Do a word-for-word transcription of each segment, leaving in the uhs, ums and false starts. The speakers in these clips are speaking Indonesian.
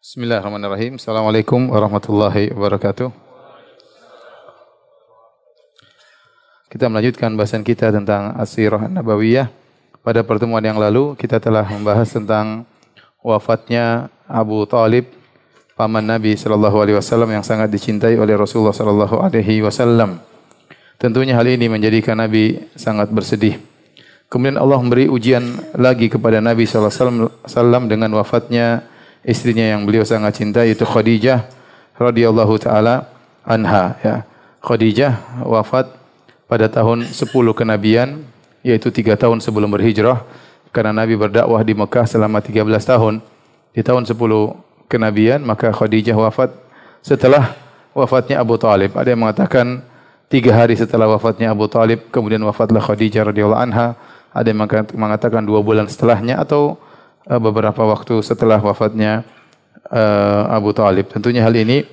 Bismillahirrahmanirrahim. Assalamualaikum warahmatullahi wabarakatuh. Kita melanjutkan bahasan kita tentang As-Sirah Nabawiyah. Pada pertemuan yang lalu kita telah membahas tentang wafatnya Abu Talib, paman Nabi sallallahu alaihi wasallam yang sangat dicintai oleh Rasulullah sallallahu alaihi wasallam. Tentunya hal ini menjadikan Nabi sangat bersedih. Kemudian Allah memberi ujian lagi kepada Nabi sallallahu alaihi wasallam dengan wafatnya istrinya yang beliau sangat cintai, yaitu Khadijah radhiyallahu taala anha, ya. Khadijah wafat pada tahun sepuluh kenabian, yaitu tiga tahun sebelum berhijrah, karena Nabi berdakwah di Mekah selama tiga belas tahun. Di tahun sepuluh kenabian maka Khadijah wafat setelah wafatnya Abu Talib. Ada yang mengatakan tiga hari setelah wafatnya Abu Talib kemudian wafatlah Khadijah radhiyallahu anha. Ada yang mengatakan dua bulan setelahnya atau beberapa waktu setelah wafatnya uh, Abu Talib. Tentunya hal ini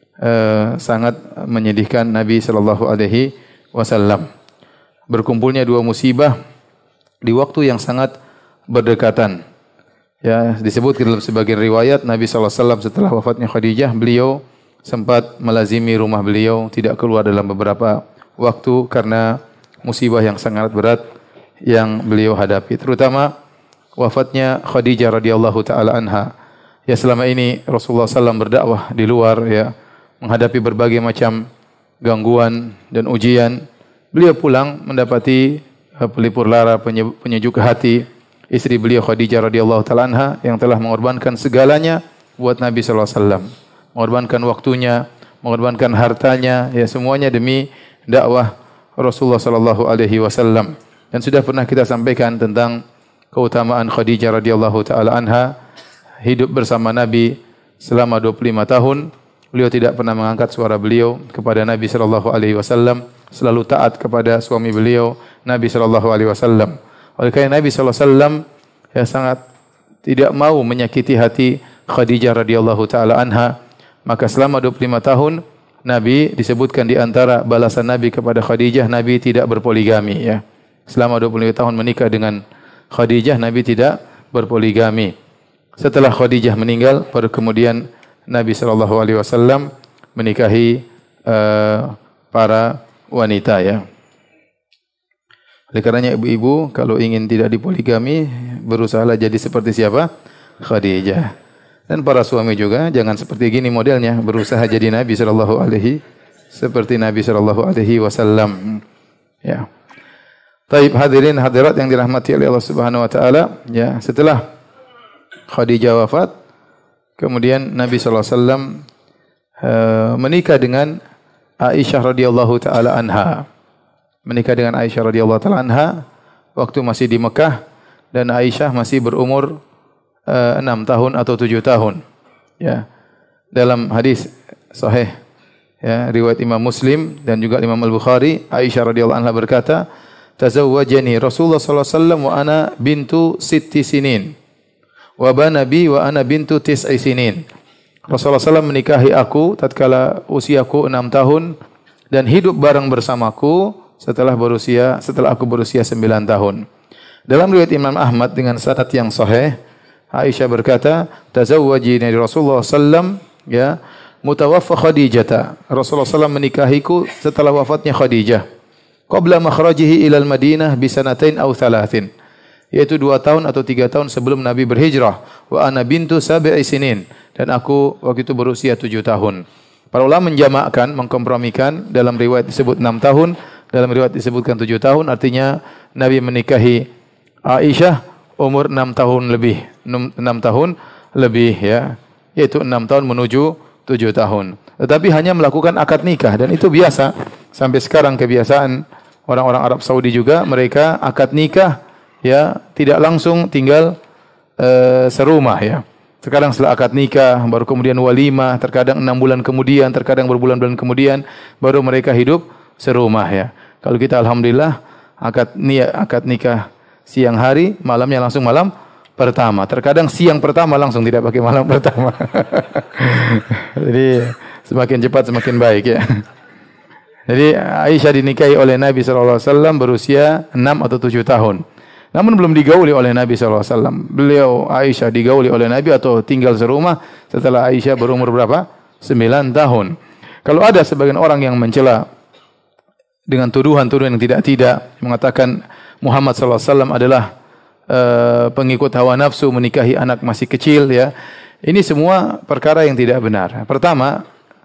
uh, sangat menyedihkan Nabi sallallahu alaihi wasallam. Berkumpulnya dua musibah di waktu yang sangat berdekatan. Ya, disebut dalam sebagian riwayat Nabi sallallahu alaihi wasallam setelah wafatnya Khadijah, beliau sempat melazimi rumah beliau, tidak keluar dalam beberapa waktu karena musibah yang sangat berat yang beliau hadapi, terutama wafatnya Khadijah radhiyallahu taala anha. Ya, selama ini Rasulullah sallallahu alaihi wasallam berdakwah di luar, ya, menghadapi berbagai macam gangguan dan ujian. Beliau pulang mendapati pelipur lara, penyejuk hati istri beliau Khadijah radhiyallahu taala anha yang telah mengorbankan segalanya buat Nabi sallallahu alaihi wasallam. Mengorbankan waktunya, mengorbankan hartanya, ya, semuanya demi dakwah Rasulullah sallallahu alaihi wasallam. Dan sudah pernah kita sampaikan tentang keutamaan Khadijah radhiyallahu taala anha, hidup bersama Nabi selama dua puluh lima tahun. Beliau tidak pernah mengangkat suara beliau kepada Nabi sallallahu alaihi wasallam, selalu taat kepada suami beliau Nabi sallallahu alaihi wasallam. Oleh karena Nabi sallallahu alaihi wasallam ya sangat tidak mau menyakiti hati Khadijah radhiyallahu taala anha, maka selama dua puluh lima tahun Nabi disebutkan di antara balasan Nabi kepada Khadijah, Nabi tidak berpoligami, ya. Selama dua puluh lima tahun menikah dengan Khadijah, Nabi tidak berpoligami. Setelah Khadijah meninggal, baru kemudian Nabi sallallahu alaihi wasallam menikahi uh, para wanita, ya. Oleh karenanya ibu-ibu kalau ingin tidak dipoligami, berusahalah jadi seperti siapa? Khadijah. Dan para suami juga jangan seperti gini modelnya, berusaha jadi Nabi sallallahu alaihi seperti Nabi sallallahu alaihi wasallam. Ya. Taib hadirin hadirat yang dirahmati oleh Allah Subhanahu wa taala, ya, setelah Khadijah wafat, kemudian Nabi sallallahu alaihi wasallam uh, menikah dengan Aisyah radhiyallahu taala anha. Menikah dengan Aisyah radhiyallahu taala anha waktu masih di Mekah, dan Aisyah masih berumur uh, enam tahun atau tujuh tahun. Ya. Dalam hadis sahih, ya, riwayat Imam Muslim dan juga Imam Al-Bukhari, Aisyah radhiyallahu anha berkata, "Tazawwajani Rasulullah sallallahu alaihi wasallam wa ana bintu sitti sinin wa bana bi wa ana bintu tis'i sinin." Rasulullah sallallahu alaihi wasallam menikahi aku tatkala usiaku enam tahun dan hidup bareng bersamaku setelah berusia setelah aku berusia sembilan tahun. Dalam riwayat Imam Ahmad dengan sanad yang sahih, Aisyah berkata, "Tazawwajani Rasulullah sallallahu alaihi wasallam, ya, mutawaffa Khadijah." Rasulullah sallallahu alaihi wasallam menikahiku setelah wafatnya Khadijah. Qabla makhrajihi ilal Madinah bisanatain aw thalathin, yaitu dua tahun atau tiga tahun sebelum Nabi berhijrah. Wa ana bintu sab'i sinin, dan aku waktu itu berusia tujuh tahun. Para ulama menjamakkan, mengkompromikan, dalam riwayat disebut enam tahun, dalam riwayat disebutkan tujuh tahun, artinya Nabi menikahi Aisyah umur enam tahun lebih, enam tahun lebih, ya, yaitu enam tahun menuju tujuh tahun. Tetapi hanya melakukan akad nikah, dan itu biasa sampai sekarang, kebiasaan orang-orang Arab Saudi juga, mereka akad nikah, ya, tidak langsung tinggal uh, serumah, ya. Sekarang setelah akad nikah baru kemudian walimah, terkadang enam bulan kemudian, terkadang berbulan-bulan kemudian baru mereka hidup serumah, ya. Kalau kita alhamdulillah akad niat akad nikah siang hari, malamnya langsung malam pertama. Terkadang siang pertama langsung, tidak pakai malam pertama. Jadi semakin cepat semakin baik, ya. Jadi Aisyah dinikahi oleh Nabi sallallahu alaihi wasallam berusia enam atau tujuh tahun. Namun belum digauli oleh Nabi sallallahu alaihi wasallam. Beliau Aisyah digauli oleh Nabi atau tinggal serumah setelah Aisyah berumur berapa? sembilan tahun. Kalau ada sebagian orang yang mencela dengan tuduhan-tuduhan yang tidak-tidak, mengatakan Muhammad sallallahu alaihi wasallam adalah uh, pengikut hawa nafsu, menikahi anak masih kecil, ya. Ini semua perkara yang tidak benar. Pertama,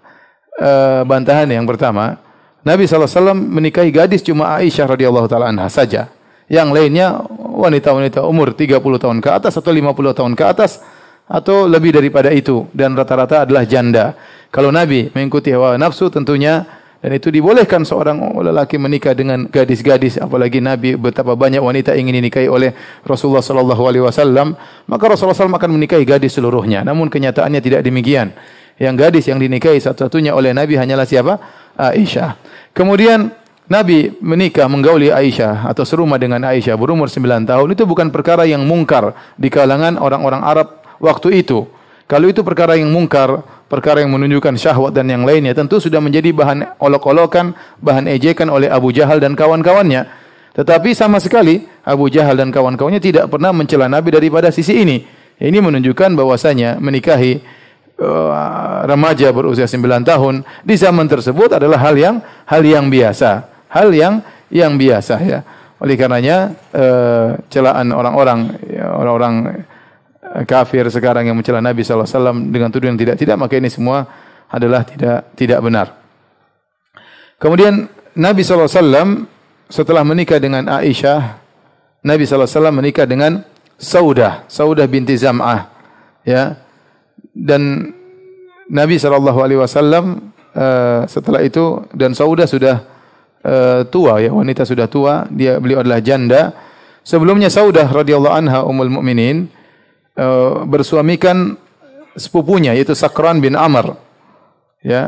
uh, bantahan yang pertama, Nabi sallallahu alaihi wasallam menikahi gadis cuma Aisyah radhiyallahu taala anha saja. Yang lainnya wanita-wanita umur tiga puluh tahun ke atas atau lima puluh tahun ke atas atau lebih daripada itu, dan rata-rata adalah janda. Kalau Nabi mengikuti hawa nafsu tentunya, dan itu dibolehkan seorang lelaki menikah dengan gadis-gadis, apalagi Nabi betapa banyak wanita ingin dinikahi oleh Rasulullah sallallahu alaihi wasallam, maka Rasulullah sallallahu alaihi wasallam akan menikahi gadis seluruhnya. Namun kenyataannya tidak demikian. Yang gadis yang dinikahi satu-satunya oleh Nabi hanyalah siapa? Aisyah. Kemudian Nabi menikah menggauli Aisyah atau serumah dengan Aisyah berumur sembilan tahun, itu bukan perkara yang mungkar di kalangan orang-orang Arab waktu itu. Kalau itu perkara yang mungkar, perkara yang menunjukkan syahwat dan yang lainnya, tentu sudah menjadi bahan olok-olokan, bahan ejekan oleh Abu Jahal dan kawan-kawannya. Tetapi sama sekali Abu Jahal dan kawan-kawannya tidak pernah mencela Nabi daripada sisi ini. Ini menunjukkan bahwasanya menikahi uh, remaja berusia sembilan tahun di zaman tersebut adalah hal yang hal yang biasa, hal yang yang biasa, ya. Oleh karenanya uh, celaan orang-orang ya, orang-orang kafir sekarang yang mencela Nabi sallallahu alaihi wasallam dengan tuduhan yang tidak-tidak, maka ini semua adalah tidak tidak benar. Kemudian Nabi sallallahu alaihi wasallam setelah menikah dengan Aisyah, Nabi sallallahu alaihi wasallam menikah dengan Saudah, Saudah binti Zam'ah, ya. Dan Nabi sallallahu alaihi wasallam uh, setelah itu, dan Saudah sudah uh, tua, ya, wanita sudah tua, dia beliau adalah janda. Sebelumnya Saudah radhiyallahu anha ummul mukminin Uh, bersuamikan sepupunya yaitu Sakran bin Amr, ya.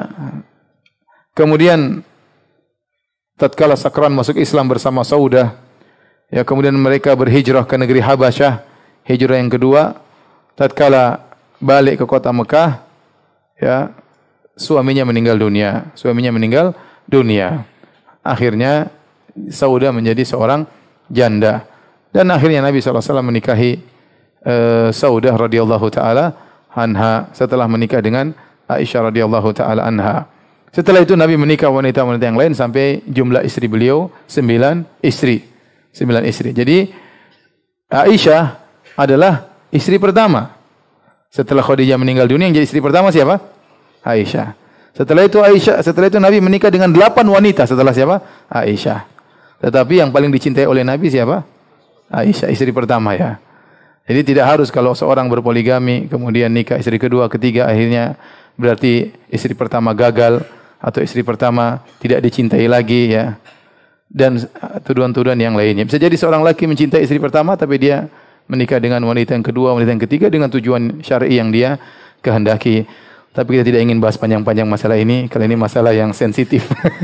Kemudian tatkala Sakran masuk Islam bersama Saudah, ya, kemudian mereka berhijrah ke negeri Habasyah, hijrah yang kedua. Tatkala balik ke kota Mekah, ya, suaminya meninggal dunia, suaminya meninggal dunia. Akhirnya Saudah menjadi seorang janda, dan akhirnya Nabi sallallahu alaihi wasallam menikahi Uh, Saudah radhiyallahu taala anha setelah menikah dengan Aisyah radhiyallahu taala anha. Setelah itu Nabi menikah wanita-wanita yang lain sampai jumlah istri beliau sembilan istri. Sembilan istri. Jadi Aisyah adalah istri pertama. Setelah Khadijah meninggal dunia, yang jadi istri pertama siapa? Aisyah. Setelah itu Aisyah, setelah itu Nabi menikah dengan delapan wanita setelah siapa? Aisyah. Tetapi yang paling dicintai oleh Nabi siapa? Aisyah, istri pertama, ya. Jadi tidak harus kalau seorang berpoligami kemudian nikah istri kedua, ketiga, akhirnya berarti istri pertama gagal atau istri pertama tidak dicintai lagi, ya. Dan tuduhan-tuduhan yang lainnya. Bisa jadi seorang laki mencintai istri pertama tapi dia menikah dengan wanita yang kedua, wanita yang ketiga dengan tujuan syar'i yang dia kehendaki. Tapi kita tidak ingin bahas panjang-panjang masalah ini, karena ini masalah yang sensitif.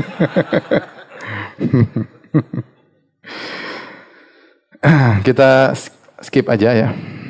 Kita skip aja, ya.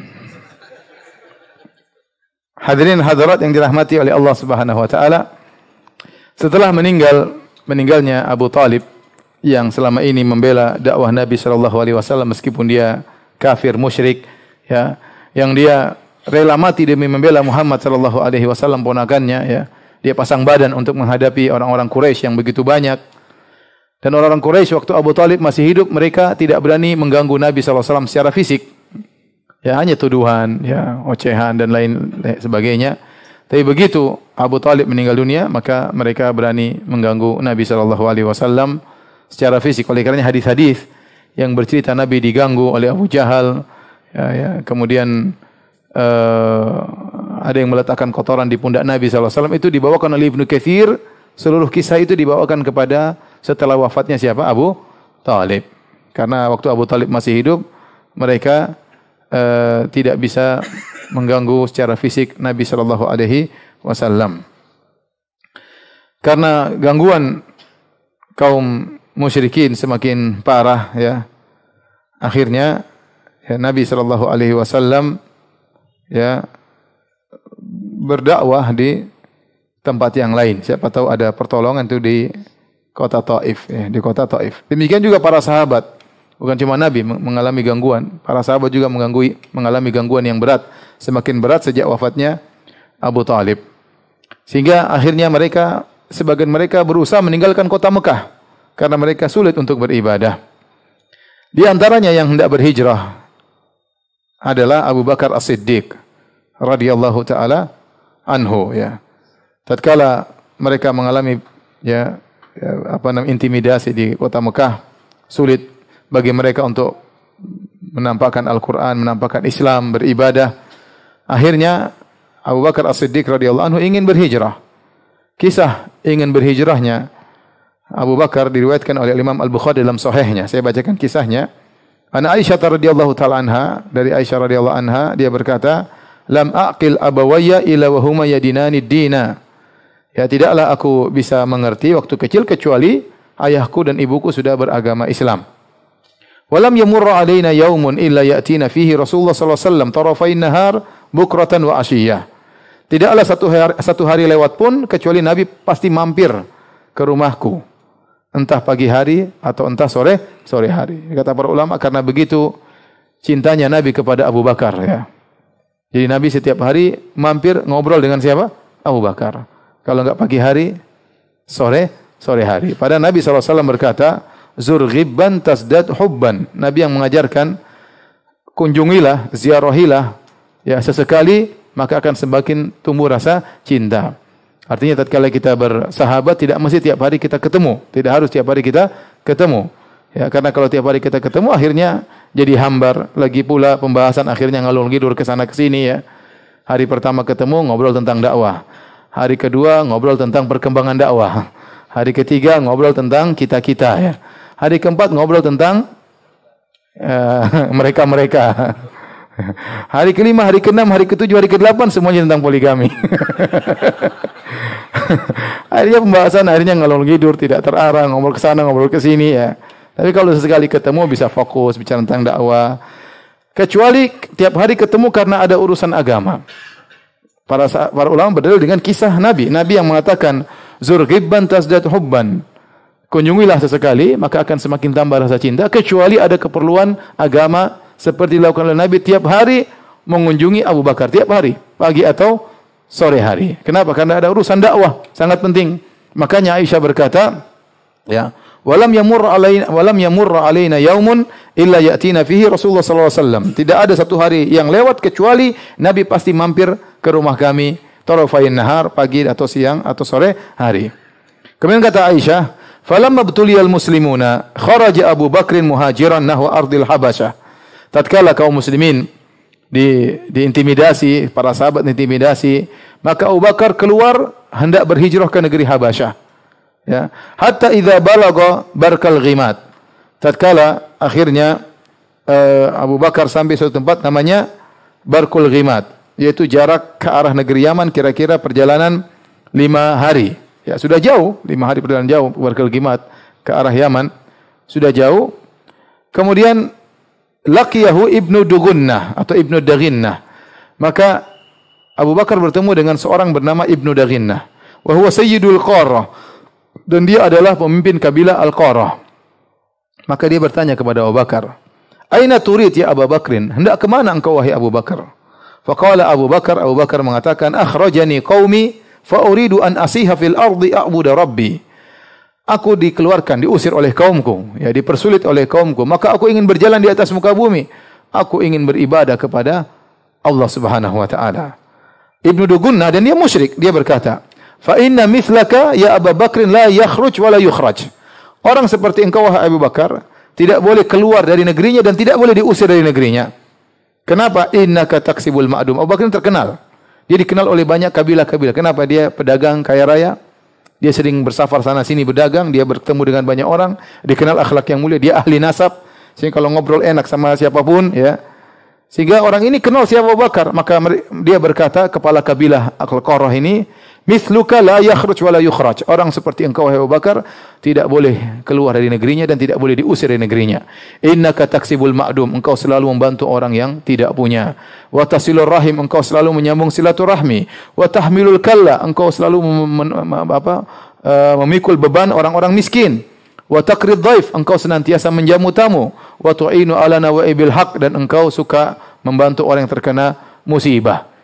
Hadirin hadirat yang dirahmati oleh Allah Subhanahu wa taala. Setelah meninggal meninggalnya Abu Talib yang selama ini membela dakwah Nabi sallallahu alaihi wasallam meskipun dia kafir musyrik, ya, yang dia rela mati demi membela Muhammad sallallahu alaihi wasallam ponakannya, ya. Dia pasang badan untuk menghadapi orang-orang Quraisy yang begitu banyak. Dan orang-orang Quraisy waktu Abu Talib masih hidup, mereka tidak berani mengganggu Nabi sallallahu alaihi wasallam secara fisik. Ya, hanya tuduhan, ya, ocehan dan lain sebagainya. Tapi begitu Abu Talib meninggal dunia, maka mereka berani mengganggu Nabi sallallahu alaihi wasallam secara fisik. Oleh karenanya hadis-hadis yang bercerita Nabi diganggu oleh Abu Jahal, ya, ya, kemudian uh, ada yang meletakkan kotoran di pundak Nabi sallallahu alaihi wasallam, itu dibawakan oleh Ibnu Katsir. Seluruh kisah itu dibawakan kepada setelah wafatnya siapa? Abu Talib. Karena waktu Abu Talib masih hidup, mereka Uh, tidak bisa mengganggu secara fisik Nabi sallallahu alaihi wasallam. Karena gangguan kaum musyrikin semakin parah, ya. Akhirnya ya, Nabi sallallahu alaihi wasallam ya berdakwah di tempat yang lain. Siapa tahu ada pertolongan itu di kota Taif, ya, di kota Taif. Demikian juga para sahabat. Bukan cuma Nabi mengalami gangguan, para sahabat juga mengganggu, mengalami gangguan yang berat, semakin berat sejak wafatnya Abu Talib. Sehingga akhirnya mereka, sebagian mereka berusaha meninggalkan kota Mekah karena mereka sulit untuk beribadah. Di antaranya yang hendak berhijrah adalah Abu Bakar As-Siddiq radhiyallahu taala anhu, ya. Tatkala mereka mengalami ya, ya apa namanya intimidasi di kota Mekah, sulit bagi mereka untuk menampakkan Al-Qur'an, menampakkan Islam, beribadah. Akhirnya Abu Bakar As-Siddiq radhiyallahu anhu ingin berhijrah. Kisah ingin berhijrahnya Abu Bakar diriwayatkan oleh Imam Al-Bukhari dalam sahihnya. Saya bacakan kisahnya. An Aisyah radhiyallahu taala anha, dari Aisyah radhiyallahu anha, dia berkata, "Lam aqil abawayya illa wa huma yadinani dina." Ya, tidaklah aku bisa mengerti waktu kecil kecuali ayahku dan ibuku sudah beragama Islam. Walam yamurra alaina yaumun illa ya'tina fihi Rasulullah sallallahu alaihi wasallam tarafain nahar bukratan wa asyiyah. Tidaklah satu hari, satu hari lewat pun kecuali Nabi pasti mampir ke rumahku, entah pagi hari atau entah sore sore hari. Kata para ulama karena begitu cintanya Nabi kepada Abu Bakar, ya. Jadi Nabi setiap hari mampir ngobrol dengan siapa? Abu Bakar. Kalau enggak pagi hari, sore sore hari. Pada Nabi sallallahu alaihi wasallam berkata, "Zur ghibban tasdad hubban." Nabi yang mengajarkan, kunjungilah, ziarahilah ya sesekali, maka akan semakin tumbuh rasa cinta. Artinya tatkala kita bersahabat tidak mesti tiap hari kita ketemu, tidak harus tiap hari kita ketemu. Ya, karena kalau tiap hari kita ketemu akhirnya jadi hambar, lagi pula pembahasan akhirnya ngalur ngidur ke sana ke sini, ya. Hari pertama ketemu ngobrol tentang dakwah. Hari kedua ngobrol tentang perkembangan dakwah. Hari ketiga ngobrol tentang kita-kita, ya. Hari keempat ngobrol tentang mereka-mereka. Uh, Hari kelima, hari keenam, hari ketujuh, hari kedelapan semuanya tentang poligami. Akhirnya pembahasan akhirnya ngalor ngidur, tidak terarah, ngobrol ke sana, ngobrol ke sini, ya. Tapi kalau sesekali ketemu bisa fokus bicara tentang dakwah. Kecuali tiap hari ketemu karena ada urusan agama. Para para ulama berdalil dengan kisah Nabi. Nabi yang mengatakan, "Zur ghibban tasdad hubban." Kunjungilah sesekali, maka akan semakin tambah rasa cinta, kecuali ada keperluan agama seperti dilakukan oleh Nabi tiap hari mengunjungi Abu Bakar, tiap hari, pagi atau sore hari. Kenapa? Karena ada urusan dakwah, sangat penting. Makanya Aisyah berkata, ya, walam yamurra alaina walam yamurra alaina yaumun illa ya'tina fihi Rasulullah sallallahu alaihi wasallam. Tidak ada satu hari yang lewat kecuali Nabi pasti mampir ke rumah kami, tarafain nahar, pagi atau siang atau sore hari. Kemudian kata Aisyah, falamma btuliyal muslimuna kharaja Abu Bakrin muhajiran nahwa ardil Habasyah. Tatkala kaum muslimin di diintimidasi, para sahabat diintimidasi, maka Abu Bakar keluar hendak berhijrah ke negeri Habasyah. Ya, hatta idza balagha barkal ghimat. Tatkala akhirnya uh, Abu Bakar sampai suatu tempat namanya Barkul Ghimat, yaitu jarak ke arah negeri Yaman kira-kira perjalanan lima hari. Ya, sudah jauh, lima hari perjalanan jauh Barkul Ghimat ke arah Yaman, sudah jauh. Kemudian laqiyahu Ibnu Dugunnah atau Ibnu Daghinnah. Maka Abu Bakar bertemu dengan seorang bernama Ibnu Daghinnah. Wa huwa sayyidul Qarah. Dan dia adalah pemimpin kabilah Al-Qarah. Maka dia bertanya kepada Abu Bakar, "Aina turid ya Abu Bakrin? Hendak ke mana engkau wahai Abu Bakar?" Faqala Abu Bakar, Abu Bakar mengatakan, "Akhrajani qaumi fa uridu an asiha fil ardi a'budu rabbi." Aku dikeluarkan, diusir oleh kaumku, ya, dipersulit oleh kaumku, maka aku ingin berjalan di atas muka bumi. Aku ingin beribadah kepada Allah Subhanahu wa taala. Ibnu Dugunnah, dan dia musyrik, dia berkata, "Fa inna mithlaka ya Abu Bakrin la yakhruj wa la yukhraj." Orang seperti engkau wahai Abu Bakar tidak boleh keluar dari negerinya dan tidak boleh diusir dari negerinya. Kenapa? Innaka taksibul ma'dum. Abu Bakar terkenal. Dia dikenal oleh banyak kabilah-kabilah. Kenapa? Dia pedagang kaya raya. Dia sering bersafar sana sini berdagang, dia bertemu dengan banyak orang, dikenal akhlak yang mulia, dia ahli nasab, sehingga kalau ngobrol enak sama siapapun, ya. Sehingga orang ini kenal siapa Abu Bakar, maka dia berkata, kepala kabilah Al-Qarah ini, "Mithluka la yakhruj wa la yukhraj." Orang seperti engkau wahai Abu Bakar tidak boleh keluar dari negerinya dan tidak boleh diusir dari negerinya. Innaka taksibul ma'dum, engkau selalu membantu orang yang tidak punya. Wa tasilur rahim, engkau selalu menyambung silaturahmi. Wa tahmilul kalla, engkau selalu mem apa, uh, memikul beban orang-orang miskin. Wa taqrid dhaif, engkau senantiasa menjamu tamu. Wa tu'inu ala nawaibil haq, dan engkau suka membantu orang yang terkena musibah.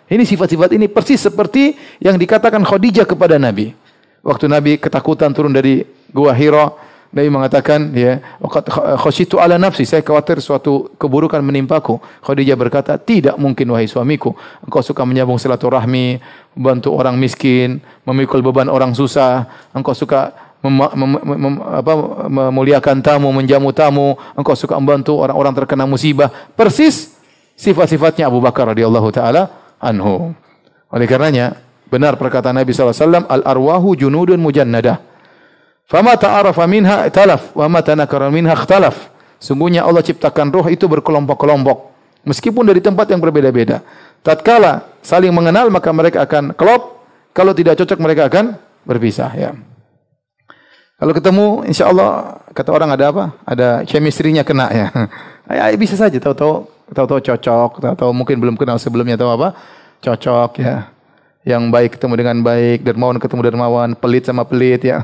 Ini sifat-sifat ini persis seperti yang dikatakan Khadijah kepada Nabi. Waktu Nabi ketakutan turun dari Gua Hira, Nabi mengatakan, ya, khasyitu ala nafsi, saya khawatir suatu keburukan menimpaku. Khadijah berkata, tidak mungkin wahai suamiku. Engkau suka menyambung silaturahmi, membantu orang miskin, memikul beban orang susah. Engkau suka mem, mem, mem, apa, memuliakan tamu, menjamu tamu. Engkau suka membantu orang-orang terkena musibah. Persis sifat-sifatnya Abu Bakar radhiyallahu taala anhu. Oleh karenanya, benar perkataan Nabi sallallahu alaihi wasallam, al-arwahu junudun mujannadah. Fama ta'arafa minha talaf, wa ma tanakara minha ikhtalaf. Sungguhnya Allah ciptakan roh itu berkelompok-kelompok, meskipun dari tempat yang berbeda-beda. Tatkala saling mengenal, maka mereka akan klop. Kalau tidak cocok, mereka akan berpisah. Ya. Kalau ketemu, insya Allah, kata orang ada apa? Ada chemistry-nya kena ya. Ya bisa saja, tahu-tahu, tahu-tahu cocok, tahu-tahu mungkin belum kenal sebelumnya, tahu apa? Cocok ya. Yang baik ketemu dengan baik, dermawan ketemu dermawan, pelit sama pelit ya.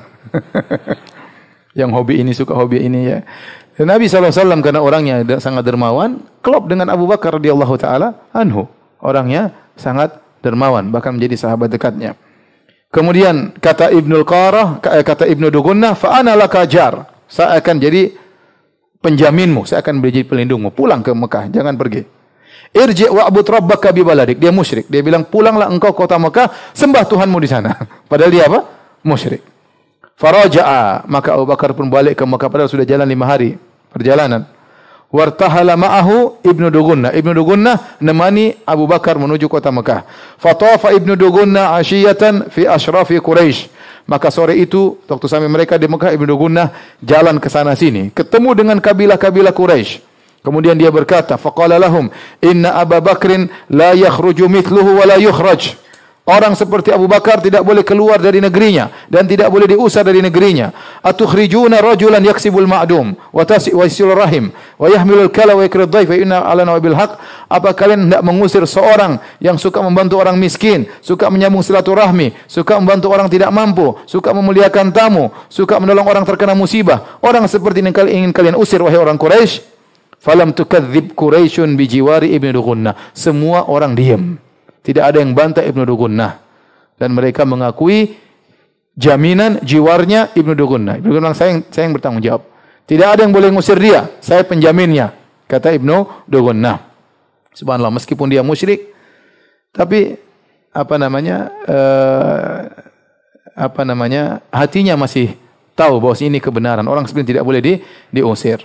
Yang hobi ini suka hobi ini ya. Dan Nabi sallallahu alaihi wasallam karena orangnya sangat dermawan, klop dengan Abu Bakar radhiyallahu taala anhu. Orangnya sangat dermawan, bahkan menjadi sahabat dekatnya. Kemudian kata Ibnul Qarah, kata Ibnu Dugunnah, fa ana laka jar. Saya akan jadi penjaminmu, saya akan menjadi pelindungmu. Pulang ke Mekah, jangan pergi. Irji' wa'bud rabbaka bi baladik. Dia musyrik. Dia bilang, "Pulanglah engkau kota Mekah, sembah Tuhanmu di sana." Padahal dia apa? Musyrik. Faraja'a, maka Abu Bakar pun balik ke Mekah padahal sudah jalan lima hari perjalanan. Wartahala ma'ahu Ibnu Dugunnah. Ibnu Dugunnah nemani Abu Bakar menuju kota Mekah. Fatafa Ibnu Dugunnah asyiyatan fi asyrafi Quraisy. Maka sore itu waktu sampai mereka di Mekah, Ibnu Dugunnah jalan ke sana sini, ketemu dengan kabilah-kabilah Quraisy. Kemudian dia berkata, faqala lahum inna Abu Bakrin la yakhruju mithluhu wa la yukhraj. Orang seperti Abu Bakar tidak boleh keluar dari negerinya dan tidak boleh diusir dari negerinya. Atukhrijuna rajulan yaksibul ma'dum wa tasi'u rahim wa yahmilul kala wa yakrid dhaif wa inna 'ala nabil haq. Apa kalian hendak mengusir seorang yang suka membantu orang miskin, suka menyambung silaturahmi, suka membantu orang tidak mampu, suka memuliakan tamu, suka menolong orang terkena musibah? Orang seperti ini kalian ingin kalian usir wahai orang Quraisy? Falam tukadzib Quraisyun bi jiwari Ibnu Dugunnah. Semua orang diam. Tidak ada yang bantah Ibnu Dugunnah. Dan mereka mengakui jaminan jiwarnya Ibnu Dugunnah. Ibnu Dugunnah, saya yang, saya yang bertanggung jawab. Tidak ada yang boleh ngusir dia. Saya penjaminnya. Kata Ibnu Dugunnah. Subhanallah, meskipun dia musyrik, tapi apa namanya, uh, apa namanya, hatinya masih tahu bahwa ini kebenaran. Orang sebenarnya tidak boleh di, diusir.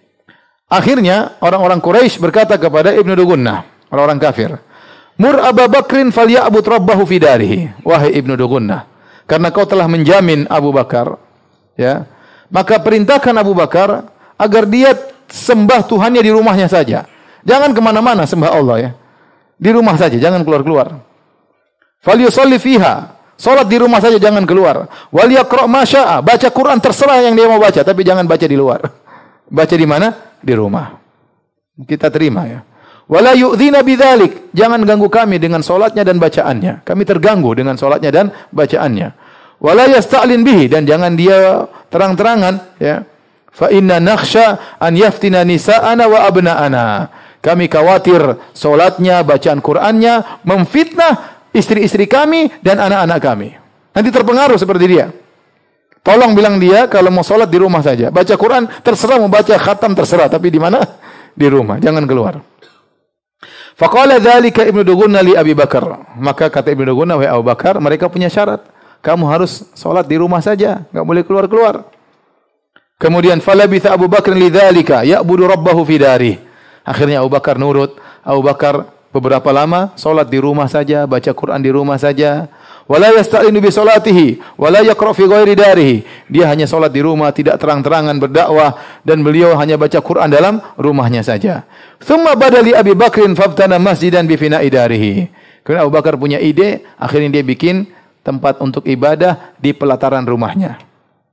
Akhirnya orang-orang Quraisy berkata kepada Ibnu Dugunnah, orang-orang kafir, Mur Abu Bakrin falya'bud rabbahu fi darihi. Wahai Ibnu Dugunnah, karena kau telah menjamin Abu Bakar, ya, maka perintahkan Abu Bakar agar dia sembah Tuhannya di rumahnya saja. Jangan kemana-mana sembah Allah ya. Di rumah saja, jangan keluar-keluar. Falyusalli fiha. Salat di rumah saja, jangan keluar. Wal yaqra' ma syaa. Baca Quran terserah yang dia mau baca, tapi jangan baca di luar. Baca di mana? Di rumah. Kita terima ya. Wala yu'dzina bidzalik. Jangan ganggu kami dengan salatnya dan bacaannya. Kami terganggu dengan salatnya dan bacaannya. Wala yasta'lin bihi, dan jangan dia terang-terangan ya. Fa inna nakhsha an yaftina nisa'ana wa abna'ana. Kami khawatir salatnya, bacaan Qur'annya memfitnah istri-istri kami dan anak-anak kami. Nanti terpengaruh seperti dia. Tolong bilang dia kalau mau salat di rumah saja. Baca Quran terserah, mau baca khatam terserah, tapi di mana? Di rumah, jangan keluar. Faqala dzalika Ibnu Dugunnah li Abi Bakar. Maka kata Ibnu Dugunnah, wahai Abu Bakar, mereka punya syarat. Kamu harus salat di rumah saja, enggak boleh keluar-keluar. Kemudian falabitha Abu Bakr lidzalika ya'budu rabbahu fi dari. Akhirnya Abu Bakar nurut. Abu Bakar beberapa lama salat di rumah saja, baca Quran di rumah saja. Wala yasta'inu bi salatihi wala yaqra fi ghairi darihi. Dia hanya salat di rumah, tidak terang-terangan berdakwah, dan beliau hanya baca Quran dalam rumahnya saja. Tsumma badali Abi Bakrin fabtana masjidan bi fina'i darihi. Kemudian Abu Bakar punya ide, akhirnya dia bikin tempat untuk ibadah di pelataran rumahnya.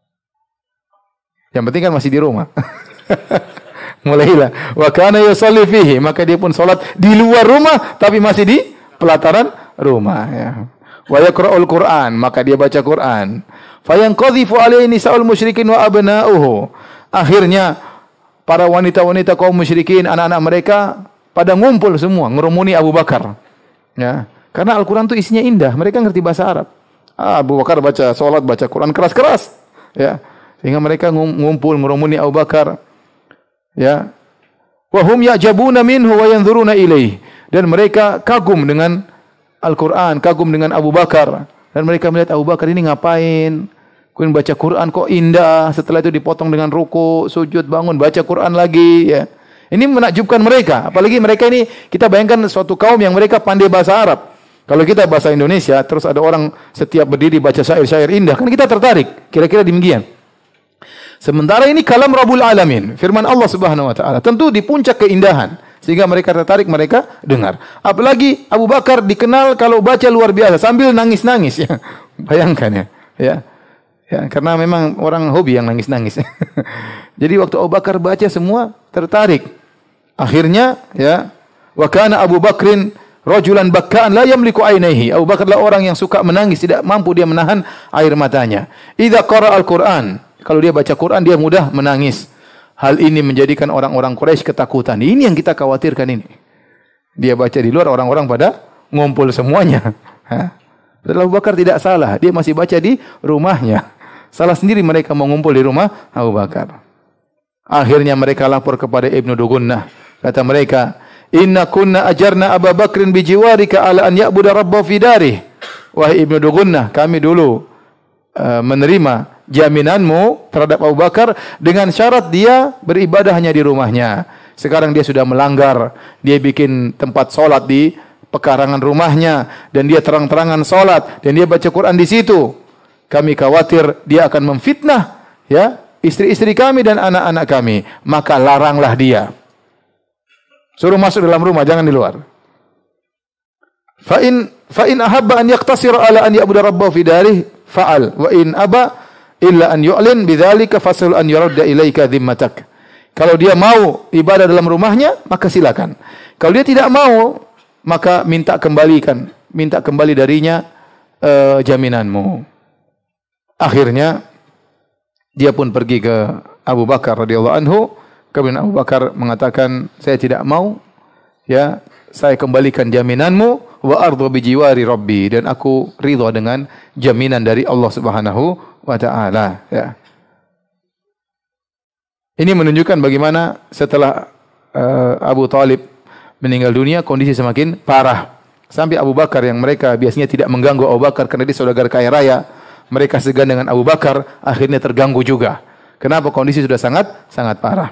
Yang penting kan masih di rumah. Mulailah wa kana yusalli fihi, maka dia pun salat di luar rumah tapi masih di pelataran rumah ya. Wa yaqra'ul Qur'an, maka dia baca Quran. Fa yanqadhifu alaihi nisa'ul musyrikin wa abna'uhu. Akhirnya para wanita-wanita kaum musyrikin, anak-anak mereka pada ngumpul semua ngerumuni Abu Bakar. Ya, Karena Al-Quran itu isinya indah. Mereka ngerti bahasa Arab. Ah, Abu Bakar baca salat, baca Quran keras-keras. Ya. Sehingga mereka ngumpul merumuni Abu Bakar. Ya. Wa hum ya'jabuna minhu wa yanzuruna ilaih. Dan mereka kagum dengan Al-Quran, kagum dengan Abu Bakar. Dan mereka melihat Abu Bakar ini ngapain? Kemudian baca Quran kok indah. Setelah itu dipotong dengan ruku, sujud, bangun, baca Quran lagi. Ya. Ini menakjubkan mereka. Apalagi mereka ini, kita bayangkan suatu kaum yang mereka pandai bahasa Arab. Kalau kita bahasa Indonesia, terus ada orang setiap berdiri baca syair-syair indah, kan kita tertarik. Kira-kira demikian. Sementara ini kalam Rabbul Alamin, firman Allah Subhanahu wa taala. Tentu di puncak keindahan, sehingga mereka tertarik, mereka dengar. Apalagi Abu Bakar dikenal kalau baca luar biasa sambil nangis-nangis ya. Bayangkan ya. Ya. Ya, karena memang orang hobi yang nangis-nangis. Jadi waktu Abu Bakar baca semua tertarik. Akhirnya ya, wa kana Abu Bakrin rajulan bakkaan la yamliku ainaihi. Abu Bakar adalah orang yang suka menangis, tidak mampu dia menahan air matanya. Idza qara al-Qur'an, kalau dia baca Quran dia mudah menangis. Hal ini menjadikan orang-orang Quraisy ketakutan. Ini yang kita khawatirkan ini. Dia baca di luar, orang-orang pada ngumpul semuanya. Abu Bakar tidak salah, dia masih baca di rumahnya. Salah sendiri mereka mau ngumpul di rumah Abu Bakar. Akhirnya mereka lapor kepada Ibnu Dugunnah. Kata mereka, "Inna kunna ajarna Abu Bakrin bijiwarika ala an ya'budu rabbahu fi darih." Wahai Ibnu Dugunnah, kami dulu uh, menerima jaminanmu terhadap Abu Bakar dengan syarat dia beribadah hanya di rumahnya. Sekarang dia sudah melanggar. Dia bikin tempat solat di pekarangan rumahnya dan dia terang-terangan solat dan dia baca Quran di situ. Kami khawatir dia akan memfitnah ya istri-istri kami dan anak-anak kami. Maka laranglah dia. Suruh masuk dalam rumah, jangan di luar. Fa in fa in ahabba an yaqtasira ala an ya'budu rabbahu fi darih fa'al wa in aba illa an yu'lin bidzalika fasal an yuradda ilaika dhimmatak. Kalau dia mau ibadah dalam rumahnya, maka silakan. Kalau dia tidak mau, maka minta kembalikan, minta kembali darinya uh, jaminanmu. Akhirnya dia pun pergi ke Abu Bakar radhiyallahu anhu. Kemudian Abu Bakar mengatakan, saya tidak mau, ya, saya kembalikan jaminanmu, wa ardu bi jiwari rabbi, dan aku ridha dengan jaminan dari Allah Subhanahu wa taala, ya. Ini menunjukkan bagaimana setelah uh, Abu Talib meninggal dunia, kondisi semakin parah. Sampai Abu Bakar yang mereka biasanya tidak mengganggu Abu Bakar karena dia saudagar kaya raya, mereka segan dengan Abu Bakar, akhirnya terganggu juga. Kenapa? Kondisi sudah sangat sangat parah.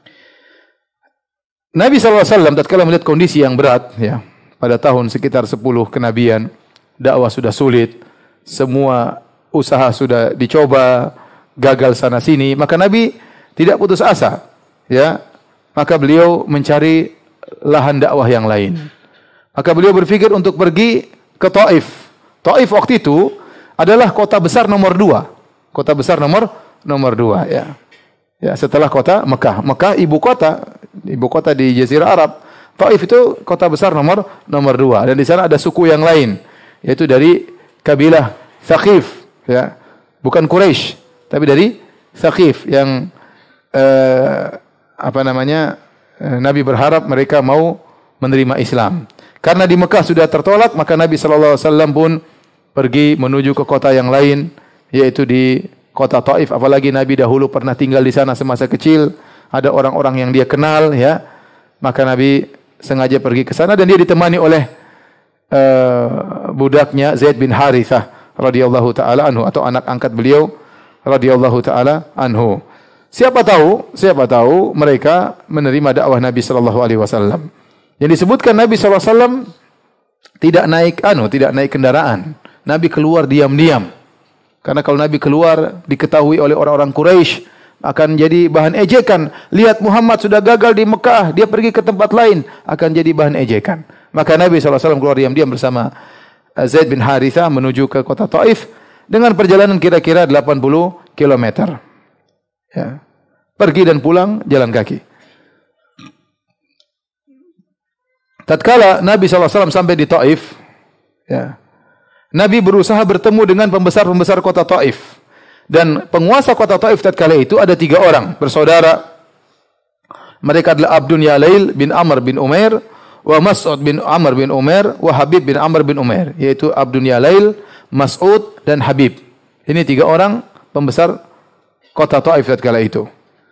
Nabi sallallahu alaihi wasallam tatkala melihat kondisi yang berat, ya, pada tahun sekitar sepuluh kenabian, dakwah sudah sulit, semua usaha sudah dicoba, gagal sana sini, maka Nabi tidak putus asa, ya. Maka beliau mencari lahan dakwah yang lain. Maka beliau berpikir untuk pergi ke Taif. Taif waktu itu adalah kota besar nomor dua. Kota besar nomor nomor dua, ya. Ya, setelah kota Mekah. Mekah ibu kota, ibu kota di Jazirah Arab. Taif itu kota besar nomor nomor dua. Dan di sana ada suku yang lain, yaitu dari kabilah Thaqif, ya. Bukan Quraisy, tapi dari Thaqif yang eh, apa namanya? Eh, Nabi berharap mereka mau menerima Islam. Karena di Mekah sudah tertolak, maka Nabi sallallahu alaihi wasallam pun pergi menuju ke kota yang lain, yaitu di kota Taif. Apalagi Nabi dahulu pernah tinggal di sana semasa kecil, ada orang-orang yang dia kenal, ya. Maka Nabi sengaja pergi ke sana dan dia ditemani oleh uh, budaknya Zaid bin Harithah radhiyallahu taala anhu, atau anak angkat beliau radhiyallahu taala anhu. Siapa tahu, siapa tahu mereka menerima dakwah Nabi sallallahu alaihi wasallam. Yang disebutkan Nabi sallallahu alaihi wasallam tidak naik anu, tidak naik kendaraan. Nabi keluar diam-diam. Karena kalau Nabi keluar diketahui oleh orang-orang Quraisy akan jadi bahan ejekan. Lihat Muhammad sudah gagal di Mekah, dia pergi ke tempat lain, akan jadi bahan ejekan. Maka Nabi sallallahu alaihi wasallam keluar diam-diam bersama Zaid bin Harithah menuju ke kota Taif dengan perjalanan kira-kira delapan puluh kilometer. Ya. Pergi dan pulang jalan kaki. Tatkala Nabi sallallahu alaihi wasallam sampai di Taif, ya, Nabi berusaha bertemu dengan pembesar-pembesar kota Taif. Dan penguasa kota Taif tatkala itu ada tiga orang bersaudara. Mereka adalah Abdun Yalail bin Amr bin Umair, wa Mas'ud bin Amr bin Umair, wa Habib bin Amr bin Umair, yaitu Abdun Yalail, Mas'ud dan Habib. Ini tiga orang pembesar kota Taif tatkala itu.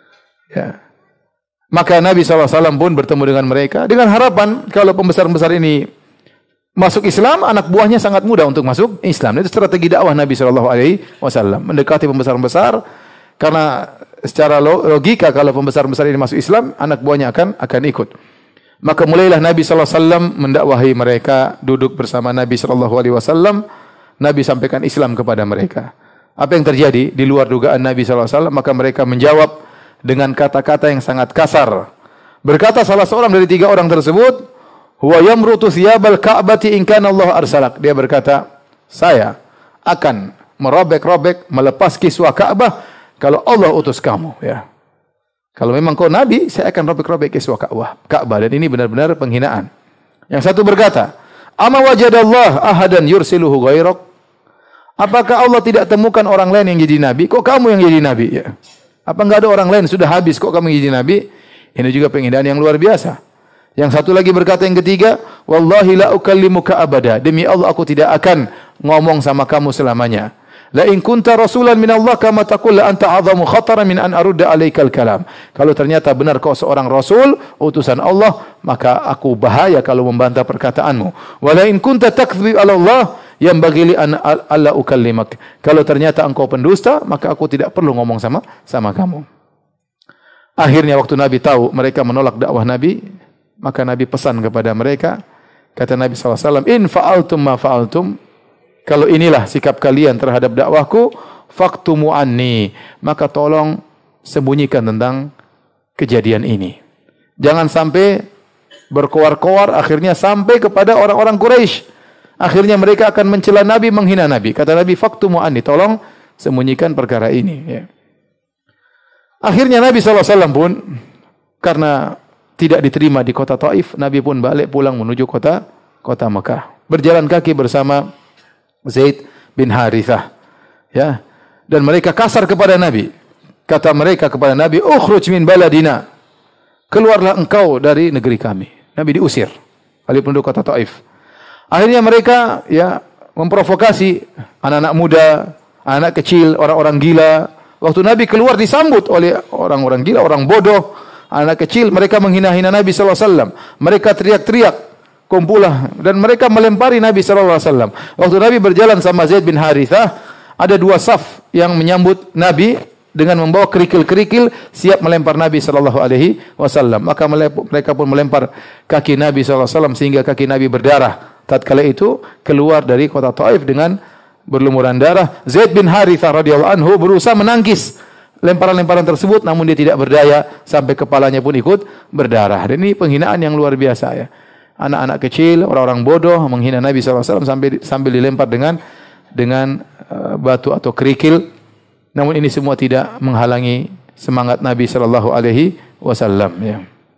Ya. Maka Nabi shallallahu alaihi wasallam pun bertemu dengan mereka dengan harapan kalau pembesar-pembesar ini masuk Islam, anak buahnya sangat mudah untuk masuk Islam. Itu strategi dakwah Nabi shallallahu alaihi wasallam, mendekati pembesar-pembesar karena secara logika kalau pembesar-pembesar ini masuk Islam, anak buahnya akan akan ikut. Maka mulailah Nabi shallallahu alaihi wasallam mendakwahi mereka, duduk bersama Nabi shallallahu alaihi wasallam, Nabi sampaikan Islam kepada mereka. Apa yang terjadi di luar dugaan Nabi shallallahu alaihi wasallam? Maka mereka menjawab dengan kata-kata yang sangat kasar. Berkata salah seorang dari tiga orang tersebut, huwa yamrutu thiyabal ka'bati in kana Allah arsalak. Dia berkata, saya akan merobek-robek, melepas kiswah Ka'bah kalau Allah utus kamu, ya. Kalau memang kau nabi, saya akan robek-robek kiswah Ka'bah. Ka'bah, dan ini benar-benar penghinaan. Yang satu berkata, ama wajadallah ahadan yursiluhu ghairak. Apakah Allah tidak temukan orang lain yang jadi nabi? Kok kamu yang jadi nabi, ya? Apa enggak ada orang lain sudah habis kok kamu jadi nabi? Ini juga penghinaan yang luar biasa. Yang satu lagi berkata yang ketiga, wallahi la ukallimuka abada. Demi Allah aku tidak akan ngomong sama kamu selamanya. La in kunta rasulan min Allah kama taqul la anta a'zamu khataran min an arudda alaikal kalam. Kalau ternyata benar kau seorang rasul, utusan Allah, maka aku bahaya kalau membantah perkataanmu. Wa la in kunta takdzib ala Allah yang bagili an alla ukallimak. Kalau ternyata engkau pendusta, maka aku tidak perlu ngomong sama sama kamu. Akhirnya waktu Nabi tahu mereka menolak dakwah Nabi, maka Nabi pesan kepada mereka, kata Nabi shallallahu alaihi wasallam, in fa'altum ma fa'altum, kalau inilah sikap kalian terhadap dakwahku, faktumu anni, maka tolong sembunyikan tentang kejadian ini. Jangan sampai berkoar-koar akhirnya sampai kepada orang-orang Quraisy. Akhirnya mereka akan mencela Nabi, menghina Nabi. Kata Nabi, faktumu anni, tolong sembunyikan perkara ini. Ya. Akhirnya Nabi shallallahu alaihi wasallam pun, karena tidak diterima di kota Taif, Nabi pun balik pulang menuju kota kota Mekah. Berjalan kaki bersama Zaid bin Harithah. Ya. Dan mereka kasar kepada Nabi. Kata mereka kepada Nabi, ukhruj min baladina. Keluarlah engkau dari negeri kami. Nabi diusir. Balik penduduk kota Taif. Akhirnya mereka ya memprovokasi anak-anak muda, anak kecil, orang-orang gila. Waktu Nabi keluar disambut oleh orang-orang gila, orang bodoh, anak kecil. Mereka menghina-hina Nabi shallallahu alaihi wasallam. Mereka teriak-teriak, kumpulah, dan mereka melempari Nabi shallallahu alaihi wasallam. Waktu Nabi berjalan sama Zaid bin Harithah, ada dua saf yang menyambut Nabi dengan membawa kerikil-kerikil siap melempar Nabi shallallahu alaihi wasallam. Maka mereka pun melempar kaki Nabi shallallahu alaihi wasallam sehingga kaki Nabi berdarah. Tatkala itu keluar dari kota Taif dengan berlumuran darah. Zaid bin Harithah radhiyallahu anhu berusaha menangkis lemparan-lemparan tersebut, namun dia tidak berdaya sampai kepalanya pun ikut berdarah. Dan ini penghinaan yang luar biasa, ya. Anak-anak kecil, orang-orang bodoh menghina Nabi shallallahu alaihi wasallam sampai sambil dilempar dengan dengan uh, batu atau kerikil. Namun ini semua tidak menghalangi semangat Nabi shallallahu alaihi wasallam, ya.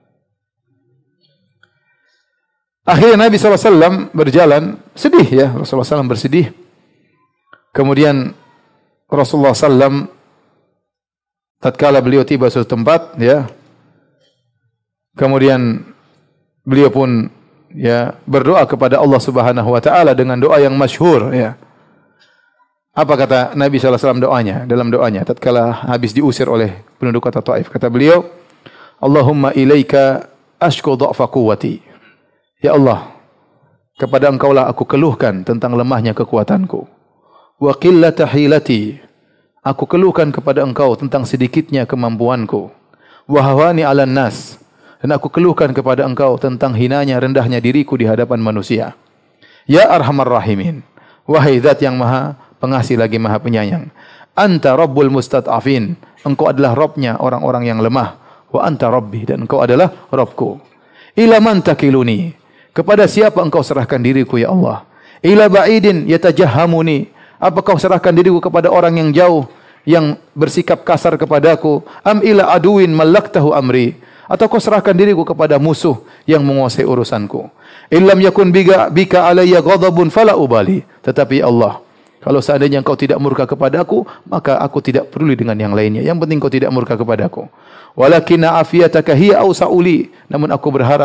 Akhirnya Nabi shallallahu alaihi wasallam berjalan sedih, ya. Rasulullah shallallahu alaihi wasallam bersedih. Kemudian Rasulullah shallallahu alaihi wasallam tatkala beliau tiba suatu tempat, ya. Kemudian beliau pun ya berdoa kepada Allah Subhanahu wa taala dengan doa yang masyhur, ya. Apa kata Nabi shallallahu alaihi wasallam doanya? Dalam doanya tatkala habis diusir oleh penduduk kota Taif, kata beliau, Allahumma ilaika ashku dha'fa quwwati. Ya Allah, kepada Engkaulah aku keluhkan tentang lemahnya kekuatanku. Wa qillata hilati. Aku keluhkan kepada Engkau tentang sedikitnya kemampuanku. Wa hawani 'alan nas. Dan aku keluhkan kepada Engkau tentang hinanya, rendahnya diriku di hadapan manusia. Ya Arhamar Rahimin. Wahai Zat yang Maha Pengasih lagi Maha Penyayang. Anta Rabbul Mustad'afin. Engkau adalah Rabbnya orang-orang yang lemah. Wa anta Rabbi, dan Engkau adalah Rabbku. Ila man takiluni. Kepada siapa Engkau serahkan diriku, ya Allah? Ila ba'idin yatajahhamuni. Apa Kau serahkan diriku kepada orang yang jauh, yang bersikap kasar kepadaku? Am ila aduin malaktahu amri. Atau Kau serahkan diriku kepada musuh yang menguasai urusanku? Illam yakun bika, bika alayya ghadabun fala ubali. Tetapi ya Allah, kalau seandainya Engkau tidak murka kepadaku, maka aku tidak peduli dengan yang lainnya. Yang penting Kau tidak murka kepadaku. Walakinna afiyataka hiya awsa'uli. Namun aku berharap,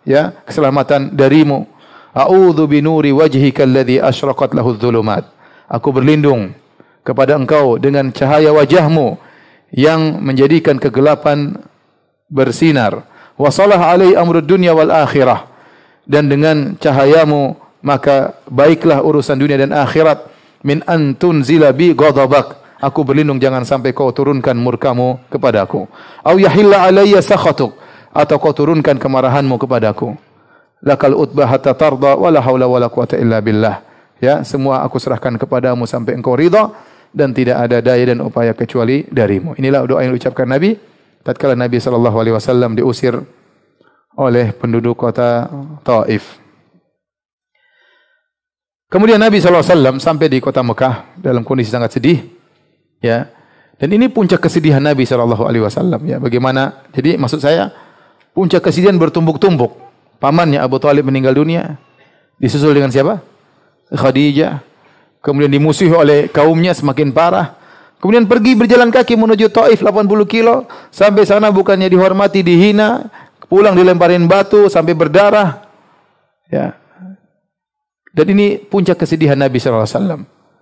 ya, keselamatan darimu. A'udzu binuri wajhika alladhi asyraqat lahu adh-dhulumat. Aku berlindung kepada engkau dengan cahaya wajahmu yang menjadikan kegelapan bersinar. Wa salah alai amrud dunya wal akhirah. Dan dengan cahayamu maka baiklah urusan dunia dan akhirat. Min antun zilabi ghadabak. Aku berlindung jangan sampai kau turunkan murkamu kepadaku. Au yahilla alayya sakhatuk. Atau kau turunkan kemarahanmu kepadaku. Lakal utbah hatta tarda wala haula wala quwata illa billah. Ya, semua aku serahkan kepadamu sampai engkau ridha dan tidak ada daya dan upaya kecuali darimu. Inilah doa yang diucapkan Nabi tatkala Nabi sallallahu alaihi wasallam diusir oleh penduduk kota Taif. Kemudian Nabi sallallahu alaihi wasallam sampai di kota Mekah dalam kondisi sangat sedih, ya. Dan ini puncak kesedihan Nabi sallallahu alaihi wasallam, ya. Bagaimana? Jadi maksud saya puncak kesedihan bertumbuk-tumbuk. Pamannya Abu Thalib meninggal dunia, disusul dengan siapa? Khadijah. Kemudian dimusuhi oleh kaumnya semakin parah. Kemudian pergi berjalan kaki menuju Taif delapan puluh kilo. Sampai sana bukannya dihormati, dihina. Pulang dilemparin batu sampai berdarah. Ya. Dan ini puncak kesedihan Nabi sallallahu alaihi wasallam.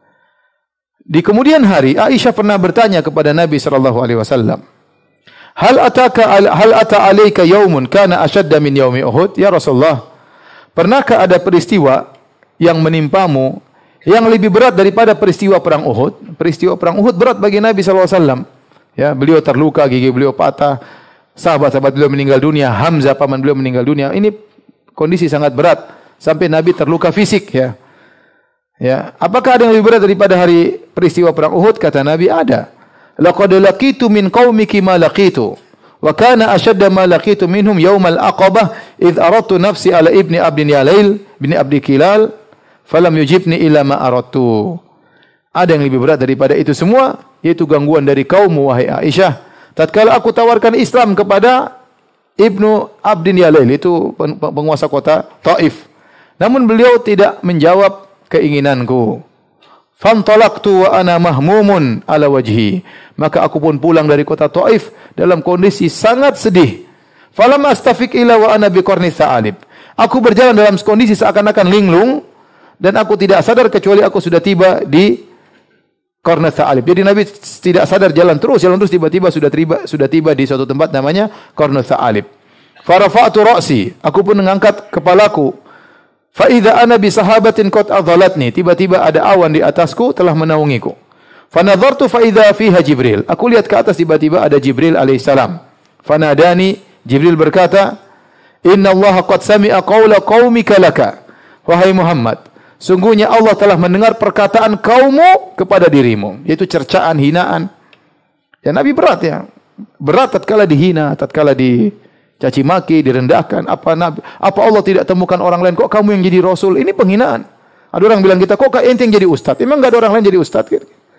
Di kemudian hari Aisyah pernah bertanya kepada Nabi sallallahu alaihi wasallam, Hal ataka hal ata alayka yaumun kana ashadda min yaumi Uhud? Ya Rasulullah, pernahkah ada peristiwa yang menimpamu yang lebih berat daripada peristiwa perang Uhud? Peristiwa perang Uhud berat bagi Nabi sallallahu alaihi wasallam. Ya, beliau terluka, gigi beliau patah, sahabat-sahabat beliau meninggal dunia, Hamzah paman beliau meninggal dunia. Ini kondisi sangat berat sampai Nabi terluka fisik, ya. Ya, apakah ada yang lebih berat daripada hari peristiwa perang Uhud? Kata Nabi, ada. Laqad laqitu min qaumiki ma laqitu wa kana ashadda ma laqitu minhum yaumal aqabah id aradtu nafsi ala ibni abdin yalail bin abdi kilal falam yujibni illa ma aradtu. Ada yang lebih berat daripada itu semua, yaitu gangguan dari kaummu wahai Aisyah tatkala aku tawarkan Islam kepada Ibnu Abdin Yalail, itu penguasa kota Taif, namun beliau tidak menjawab keinginanku. Fantalaqtu wa ana mahmumun ala wajhi. Maka aku pun pulang dari kota Taif dalam kondisi sangat sedih. Falam astafiq ila wa ana biqarni sa'alib. Aku berjalan dalam kondisi seakan-akan linglung dan aku tidak sadar kecuali aku sudah tiba di qarna sa'alib. Jadi Nabi tidak sadar jalan terus, jalan terus tiba-tiba sudah tiba sudah tiba di suatu tempat namanya qarna sa'alib. Farafa'tu ra'si. Aku pun mengangkat kepalaku. Fa idza ana bi sahabatin qad adhalatni, tiba-tiba ada awan di atasku telah menaungiku. Fa nadhartu fa idza fiha Jibril. Aku lihat ke atas, tiba-tiba ada Jibril alaihissalam. Fa nadani, Jibril berkata, "Inna Allah qad sami'a qaula qaumika laka." Wahai Muhammad, sungguhnya Allah telah mendengar perkataan kaummu kepada dirimu, yaitu cercaan, hinaan. Ya, Nabi berat, ya. Berat tatkala dihina, tatkala di caci maki, direndahkan. Apa Nabi, apa Allah tidak temukan orang lain? Kok kamu yang jadi rasul? Ini penghinaan. Ada orang bilang kita, kok ente yang jadi ustaz? Memang enggak ada orang lain jadi ustaz?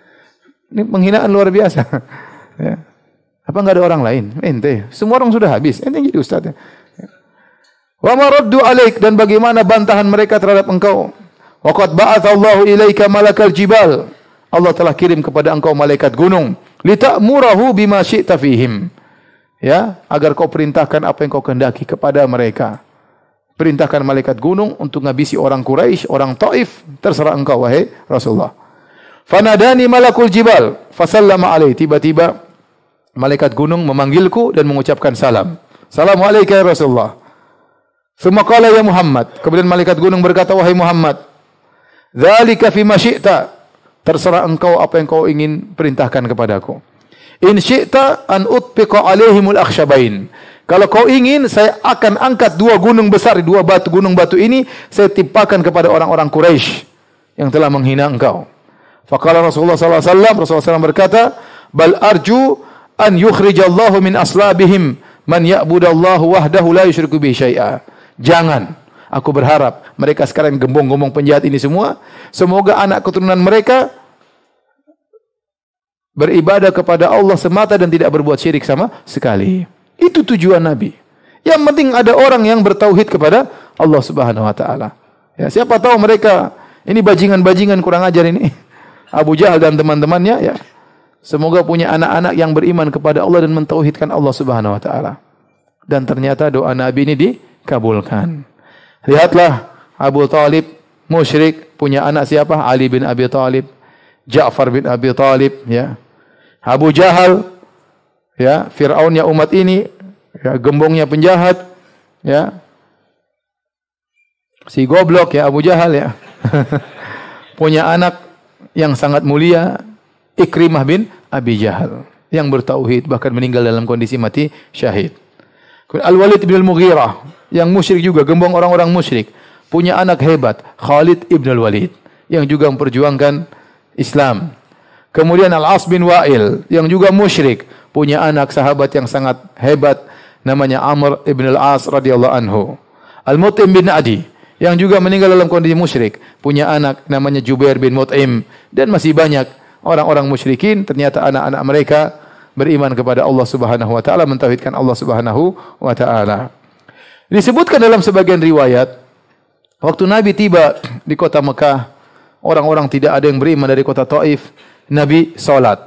Ini penghinaan luar biasa. Ya. Apa enggak ada orang lain? Ente. Semua orang sudah habis. Ente yang jadi ustaz. Ya. Wa maraddu alaik, dan bagaimana bantahan mereka terhadap engkau? Wa qad ba'atsallahu ilaika malakal jibal. Allah telah kirim kepada engkau malaikat gunung. Lita'murahu bima syi'ta fihim. Ya, agar kau perintahkan apa yang kau kehendaki kepada mereka. Perintahkan malaikat gunung untuk ngabisi orang Quraisy, orang Taif, terserah engkau wahai Rasulullah. Fanadani malakul jibal, fasallama alaihi. Tiba-tiba malaikat gunung memanggilku dan mengucapkan salam. Assalamualaikum ya Rasulullah. Tsumma qala ya Muhammad. Kemudian malaikat gunung berkata, wahai Muhammad, dzalika fima syi'ta. Terserah engkau apa yang kau ingin perintahkan kepadaku. In syi'ta an utbiqa alaihimul akhsyabain. Kalau kau ingin, saya akan angkat dua gunung besar, dua batu gunung batu ini saya timpakan kepada orang-orang Quraisy yang telah menghina engkau. Faqala Rasulullah sallallahu alaihi wasallam, Rasulullah sallallahu alaihi wasallam berkata, bal arju an yukhrijallahu min aslabihim man ya'budallahu wahdahu la yusyriku bihi syai'a. Jangan, aku berharap mereka sekarang gembong-gembong penjahat ini semua, semoga anak keturunan mereka beribadah kepada Allah semata dan tidak berbuat syirik sama sekali. Itu tujuan Nabi. Yang penting ada orang yang bertauhid kepada Allah Subhanahu wa taala. Ya, siapa tahu mereka ini bajingan-bajingan kurang ajar ini. Abu Jahal dan teman-temannya, ya. Semoga punya anak-anak yang beriman kepada Allah dan mentauhidkan Allah Subhanahu wa taala. Dan ternyata doa Nabi ini di kabulkan. Lihatlah Abu Talib musyrik, punya anak siapa? Ali bin Abi Talib, Ja'far bin Abi Talib, ya. Abu Jahal, ya, Fir'aunnya umat ini, ya, gembongnya penjahat, ya. Si goblok ya Abu Jahal ya. Punya anak yang sangat mulia, Ikrimah bin Abi Jahal, yang bertauhid, bahkan meninggal dalam kondisi mati syahid. Al-Walid bin Al-Mughirah, yang musyrik juga, gembong orang-orang musyrik, punya anak hebat, Khalid ibn Al-Walid, yang juga memperjuangkan Islam. Kemudian Al-As bin Wa'il, yang juga musyrik, punya anak sahabat yang sangat hebat, namanya Amr ibn Al-As radhiyallahu anhu. Al-Mut'im bin Adi, yang juga meninggal dalam kondisi musyrik, punya anak namanya Jubair bin Mut'im, dan masih banyak orang-orang musyrikin ternyata anak-anak mereka beriman kepada Allah Subhanahu wa taala, mentauhidkan Allah Subhanahu wa taala. Disebutkan dalam sebagian riwayat, waktu Nabi tiba di kota Mekah, orang-orang tidak ada yang beriman dari kota Taif, Nabi salat.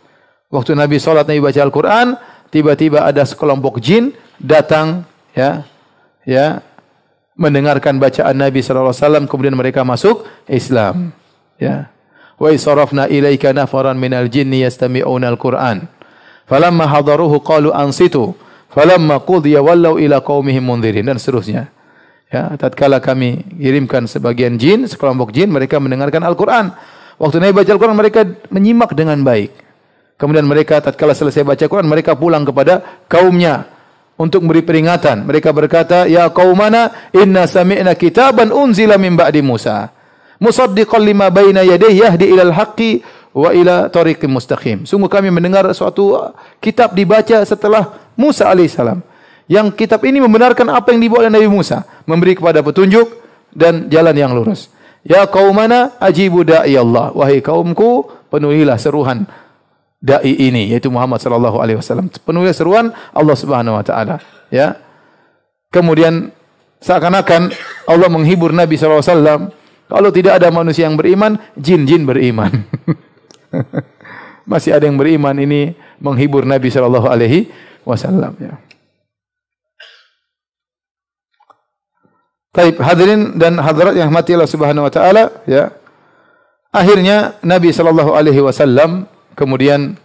Waktu Nabi salat, Nabi baca Al-Qur'an, tiba-tiba ada sekelompok jin datang, ya, ya, mendengarkan bacaan Nabi sallallahu alaihi wasallam, kemudian mereka masuk Islam, ya. Wa isarafna ilaika nafaran minal jinni yastami'una al-Qur'an falamma hadaruhu qalu ansitu falamma qudiya wallau ila qaumihim mundzirin, dan seterusnya. Ya, tatkala kami kirimkan sebagian jin, sekelompok jin, mereka mendengarkan Al-Qur'an. Waktu Nabi baca Al-Qur'an, mereka menyimak dengan baik. Kemudian mereka tatkala selesai baca Al-Qur'an, mereka pulang kepada kaumnya untuk memberi peringatan. Mereka berkata, ya qaumana inna sami'na kitaban unzila min ba'di Musa musaddiqan lima baina yadayhi yahdi ilal haqqi wa ila tariqim mustaqim. Sungguh kami mendengar suatu kitab dibaca setelah Musa alaihissalam, yang kitab ini membenarkan apa yang dibawa oleh Nabi Musa, memberi kepada petunjuk dan jalan yang lurus. Ya qaumana ajibu da'i Allah, wahai kaumku, penuhilah seruan dai ini, yaitu Muhammad sallallahu alaihi wasallam. Penuhi seruan Allah Subhanahu wa taala, ya. Kemudian seakan-akan Allah menghibur Nabi sallallahu alaihi wasallam, kalau tidak ada manusia yang beriman, jin-jin beriman. Masih ada yang beriman, ini menghibur Nabi sallallahu alaihi wasallam, ya. Baik, hadirin dan hadirat yang rahmati Allah Subhanahu wa taala, ya. Akhirnya Nabi sallallahu alaihi wasallam kemudian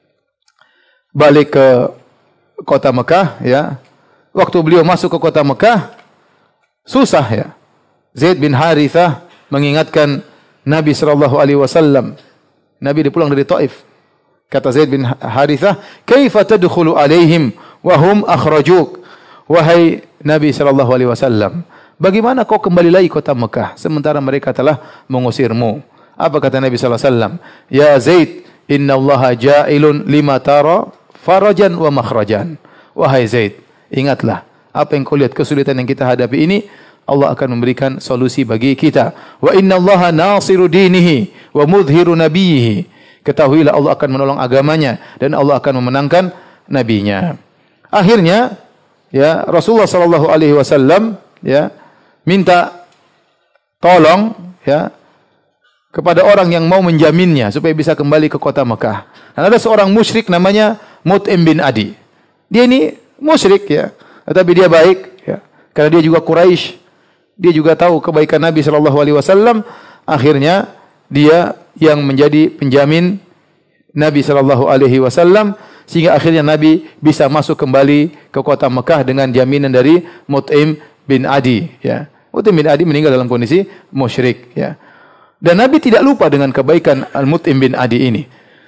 balik ke kota Mekah, ya. Waktu beliau masuk ke kota Mekah, susah, ya. Zaid bin Harithah mengingatkan Nabi sallallahu alaihi wasallam. Nabi dipulang dari Taif. Kata Zaid bin Harithah, "Kaifa tadkhulu alaihim wa hum akhrajuk?" Wahai Nabi sallallahu alaihi wasallam, bagaimana kau kembali lagi kota Mekah sementara mereka telah mengusirmu? Apa kata Nabi sallallahu alaihi wasallam? Ya Zaid, inna Allaha ja'ilun lima tara farajan wa makhrajan. Wahai Zaid, ingatlah, apa yang kau lihat kesulitan yang kita hadapi ini, Allah akan memberikan solusi bagi kita. Wa inna Allaha nasiru dinihi wa mudhiru nabiyhi. Ketahuilah Allah akan menolong agamanya dan Allah akan memenangkan nabinya. Akhirnya, ya, Rasulullah sallallahu alaihi wasallam, ya, minta tolong, ya, kepada orang yang mau menjaminnya supaya bisa kembali ke kota Mekah. Dan ada seorang musyrik namanya Mut'im bin Adi. Dia ini musyrik, ya, tetapi dia baik, ya, karena dia juga Quraisy. Dia juga tahu kebaikan Nabi sallallahu alaihi wasallam. Akhirnya dia yang menjadi penjamin Nabi sallallahu alaihi wasallam, sehingga akhirnya Nabi bisa masuk kembali ke kota Mekah dengan jaminan dari Mut'im bin Adi, ya. Mut'im bin Adi meninggal dalam kondisi musyrik, ya. Dan Nabi tidak lupa dengan kebaikan Al-Mut'im bin Adi ini.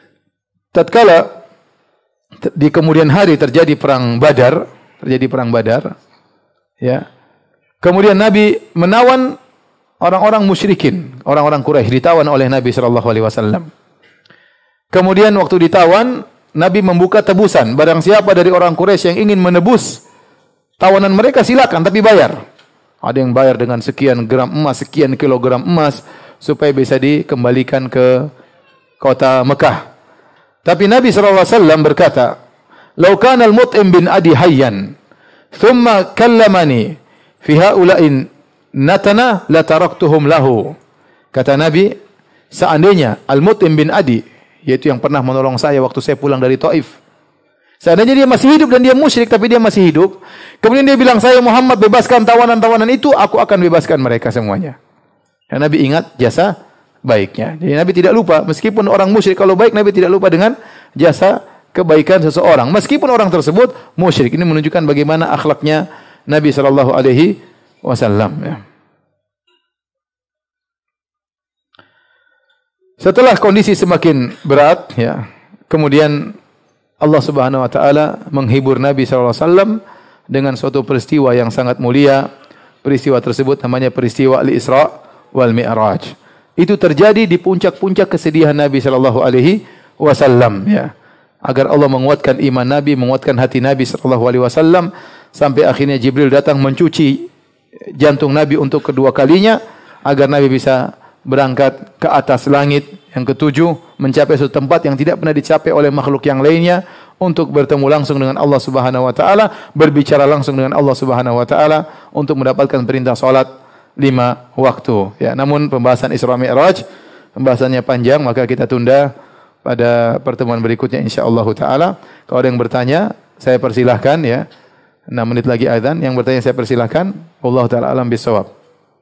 Tatkala di kemudian hari terjadi perang Badar, terjadi perang Badar, ya. Kemudian Nabi menawan orang-orang musyrikin, orang-orang Quraisy ditawan oleh Nabi sallallahu alaihi wasallam. Kemudian waktu ditawan, Nabi membuka tebusan. Barang siapa dari orang Quraisy yang ingin menebus tawanan mereka, silakan, tapi bayar. Ada yang bayar dengan sekian gram emas, sekian kilogram emas, supaya bisa dikembalikan ke kota Mekah. Tapi Nabi sallallahu alaihi wasallam berkata, "Lau kana al-Mut'im bin Adi hayyan, thumma kallamani fi haula'in natana la taraktuhum lahu." Kata Nabi, seandainya Al-Mut'im bin Adi, yaitu yang pernah menolong saya waktu saya pulang dari Taif, Seandainya dia masih hidup dan dia musyrik tapi dia masih hidup, kemudian dia bilang, "Saya Muhammad bebaskan tawanan-tawanan itu, aku akan bebaskan mereka semuanya." Dan Nabi ingat jasa baiknya. Jadi Nabi tidak lupa, meskipun orang musyrik kalau baik, Nabi tidak lupa dengan jasa kebaikan seseorang. Meskipun orang tersebut musyrik. Ini menunjukkan bagaimana akhlaknya Nabi sallallahu alaihi wasallam. Ya. Setelah kondisi semakin berat, ya, kemudian Allah Subhanahu wa taala menghibur Nabi sallallahu alaihi wasallam dengan suatu peristiwa yang sangat mulia. Peristiwa tersebut namanya peristiwa Al-Isra wal Mi'raj. Itu terjadi di puncak-puncak kesedihan Nabi sallallahu alaihi wasallam, ya. Agar Allah menguatkan iman Nabi, menguatkan hati Nabi sallallahu alaihi wasallam sampai akhirnya Jibril datang mencuci jantung Nabi untuk kedua kalinya agar Nabi bisa berangkat ke atas langit yang ketujuh, mencapai suatu tempat yang tidak pernah dicapai oleh makhluk yang lainnya untuk bertemu langsung dengan Allah Subhanahu wa taala, berbicara langsung dengan Allah Subhanahu wa taala untuk mendapatkan perintah salat lima waktu. Ya, namun pembahasan Isra Mi'raj pembahasannya panjang, maka kita tunda pada pertemuan berikutnya insyaallah taala. Kalau ada yang bertanya, saya persilahkan, ya. enam menit lagi azan. Yang bertanya saya persilahkan. Wallahu taala alam bisawab.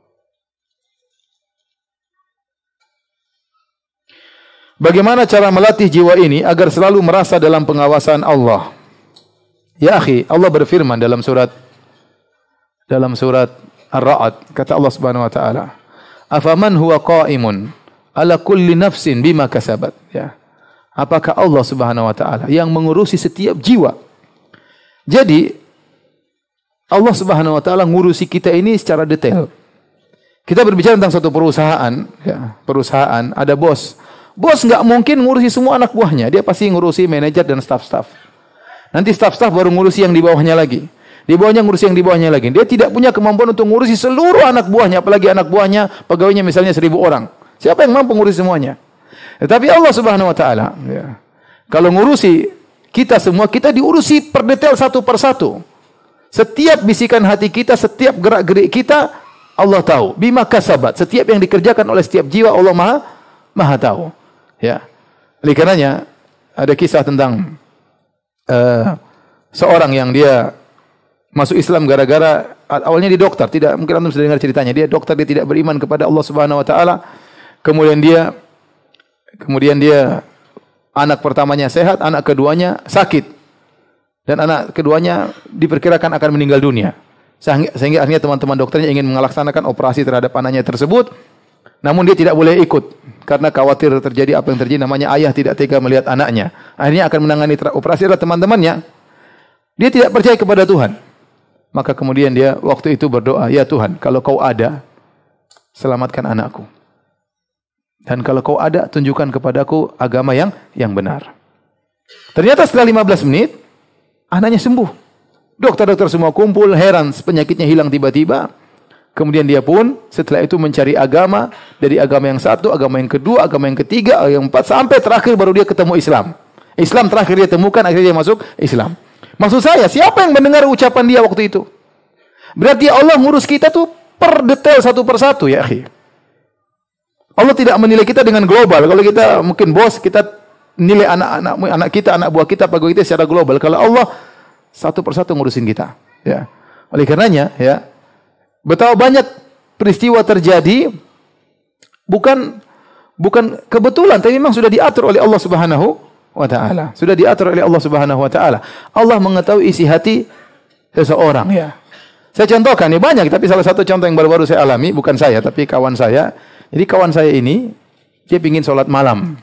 Bagaimana cara melatih jiwa ini agar selalu merasa dalam pengawasan Allah? Ya akhi, Allah berfirman dalam surat dalam surat Ar-Ra'd, kata Allah Subhanahu wa taala, "Afaman huwa qa'imun ala kulli nafsin bima kasabat." Ya. Apakah Allah Subhanahu wa taala yang mengurusi setiap jiwa? Jadi Allah Subhanahu wa taala ngurusi kita ini secara detail. Kita berbicara tentang satu perusahaan, ya, perusahaan ada bos. Bos nggak mungkin ngurusi semua anak buahnya. Dia pasti ngurusi manajer dan staf-staf. Nanti staf-staf baru ngurusi yang di bawahnya lagi. Di bawahnya ngurusi yang di bawahnya lagi. Dia tidak punya kemampuan untuk ngurusi seluruh anak buahnya. Apalagi anak buahnya, pegawainya misalnya seribu orang. Siapa yang mampu ngurusi semuanya? Tetapi Allah Subhanahu wa taala, ya, kalau ngurusi kita semua, kita diurusi per detail satu per satu. Setiap bisikan hati kita, setiap gerak-gerik kita, Allah tahu. Bima kasabat. Setiap yang dikerjakan oleh setiap jiwa, Allah Maha Maha tahu. Ya, oleh karenanya ada kisah tentang uh, seorang yang dia masuk Islam gara-gara awalnya dia dokter, tidak mungkin antum sudah dengar ceritanya. Dia dokter, dia tidak beriman kepada Allah Subhanahu wa taala. Kemudian dia kemudian dia anak pertamanya sehat, anak keduanya sakit. Dan anak keduanya diperkirakan akan meninggal dunia. Sehingga, sehingga akhirnya teman-teman dokternya ingin melaksanakan operasi terhadap anaknya tersebut. Namun dia tidak boleh ikut karena khawatir terjadi apa yang terjadi, namanya ayah tidak tega melihat anaknya. Akhirnya akan menangani operasi adalah teman-temannya. Dia tidak percaya kepada Tuhan. Maka kemudian dia waktu itu berdoa, "Ya Tuhan, kalau Kau ada, selamatkan anakku. Dan kalau Kau ada, tunjukkan kepadaku agama yang yang benar." Ternyata setelah lima belas menit anaknya sembuh. Dokter-dokter semua kumpul, heran penyakitnya hilang tiba-tiba. Kemudian dia pun setelah itu mencari agama, dari agama yang satu, agama yang kedua, agama yang ketiga, agama yang empat, sampai terakhir baru dia ketemu Islam. Islam terakhir dia temukan, akhirnya dia masuk Islam. Maksud saya, siapa yang mendengar ucapan dia waktu itu? Berarti Allah ngurus kita tuh per detail satu per satu, ya akhi. Allah tidak menilai kita dengan global. Kalau kita mungkin bos, kita nilai anak-anak anak kita, anak buah kita, pegawai kita secara global. Kalau Allah satu per satu ngurusin kita, ya. Oleh karenanya, ya, betapa banyak peristiwa terjadi bukan bukan kebetulan, tapi memang sudah diatur oleh Allah Subhanahu wa taala. Sudah diatur oleh Allah Subhanahu wa taala. Allah mengetahui isi hati seseorang, ya. Saya contohkan, ini banyak, tapi salah satu contoh yang baru-baru saya alami, bukan saya tapi kawan saya. Jadi kawan saya ini dia ingin sholat malam.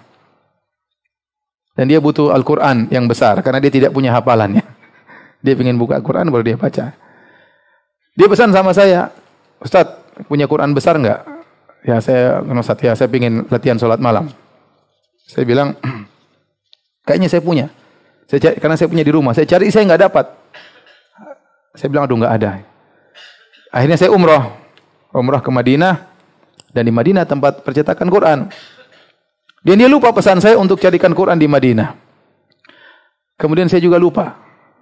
Dan dia butuh Al-Qur'an yang besar karena dia tidak punya hafalannya. Dia ingin buka Al-Qur'an baru dia baca. Dia pesan sama saya, "Ustaz, punya Quran besar enggak?" Ya, saya, Ustaz, ya, saya ingin latihan sholat malam. Saya bilang, "Kayaknya saya punya." Saya cari, karena saya punya di rumah. Saya cari, saya enggak dapat. Saya bilang, "Aduh, enggak ada." Akhirnya saya umroh. Umroh ke Madinah. Dan di Madinah tempat percetakan Quran. Dan dia lupa pesan saya untuk carikan Quran di Madinah. Kemudian saya juga lupa.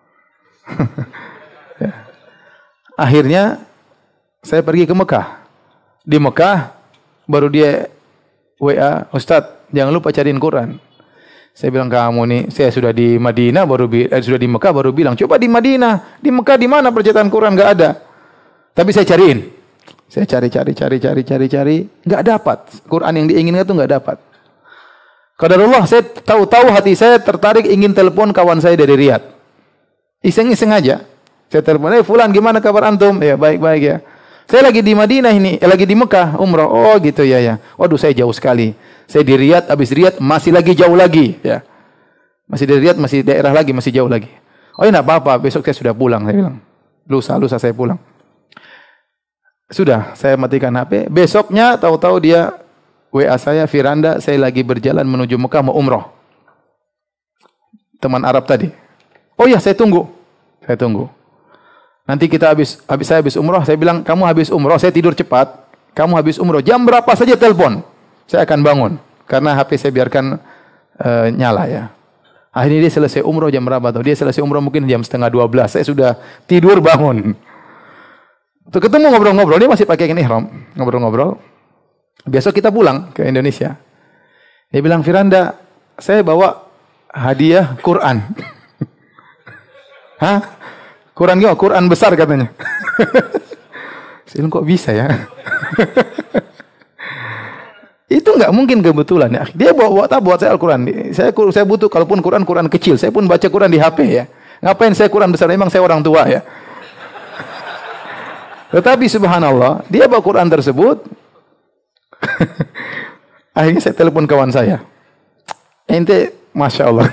Ya. Akhirnya saya pergi ke Mekah. Di Mekah baru dia W A, "Ustaz, jangan lupa cariin Quran." Saya bilang, kamu nih, saya sudah di Madinah baru eh, sudah di Mekah baru bilang, coba di Madinah, di Mekah di mana percetakan Quran? Enggak ada. Tapi saya cariin. Saya cari cari cari cari cari cari, enggak dapat. Quran yang diinginkan itu enggak dapat. Qadarullah, saya tahu-tahu hati saya tertarik ingin telepon kawan saya dari Riyadh. Iseng-iseng aja. Saya telepon, "Eh fulan, gimana kabar antum?" Ya, baik-baik ya. Saya lagi di Madinah ini, eh, lagi di Mekah umrah. Oh, gitu ya ya. Waduh, saya jauh sekali. Saya di Riyadh, habis Riyadh masih lagi jauh lagi, ya. Masih di Riyadh, masih daerah lagi, masih jauh lagi. Oh, ya enggak apa-apa, besok saya sudah pulang, saya bilang. Lusa, lusa saya pulang. Sudah, saya matikan H P. Besoknya tahu-tahu dia W A saya, Firanda, saya lagi berjalan menuju Mekah mau umrah. Teman Arab tadi. Oh ya, saya tunggu. Saya tunggu. Nanti kita habis habis saya habis umrah, saya bilang, "Kamu habis umrah, saya tidur cepat. Kamu habis umrah, jam berapa saja telepon. Saya akan bangun." Karena H P saya biarkan uh, nyala ya. Akhirnya dia selesai umrah jam berapa tuh? Dia selesai umrah mungkin jam setengah dua belas. Saya sudah tidur bangun. Tuh ketemu ngobrol-ngobrol, dia masih pakai kain ihram. Ngobrol-ngobrol. Besok kita pulang ke Indonesia. Dia bilang, "Firanda, saya bawa hadiah Quran." Hah? Quran gimana? Quran besar katanya. Saya bilang, kok bisa ya? Itu enggak mungkin kebetulan ya. Dia bawa buat buat saya Al-Quran. Saya saya butuh kalaupun Quran Quran kecil, saya pun baca Quran di H P ya. Ngapain saya Quran besar? Memang saya orang tua ya. Tetapi subhanallah, dia bawa Quran tersebut. Akhirnya saya telepon kawan saya. Ente, masya Allah.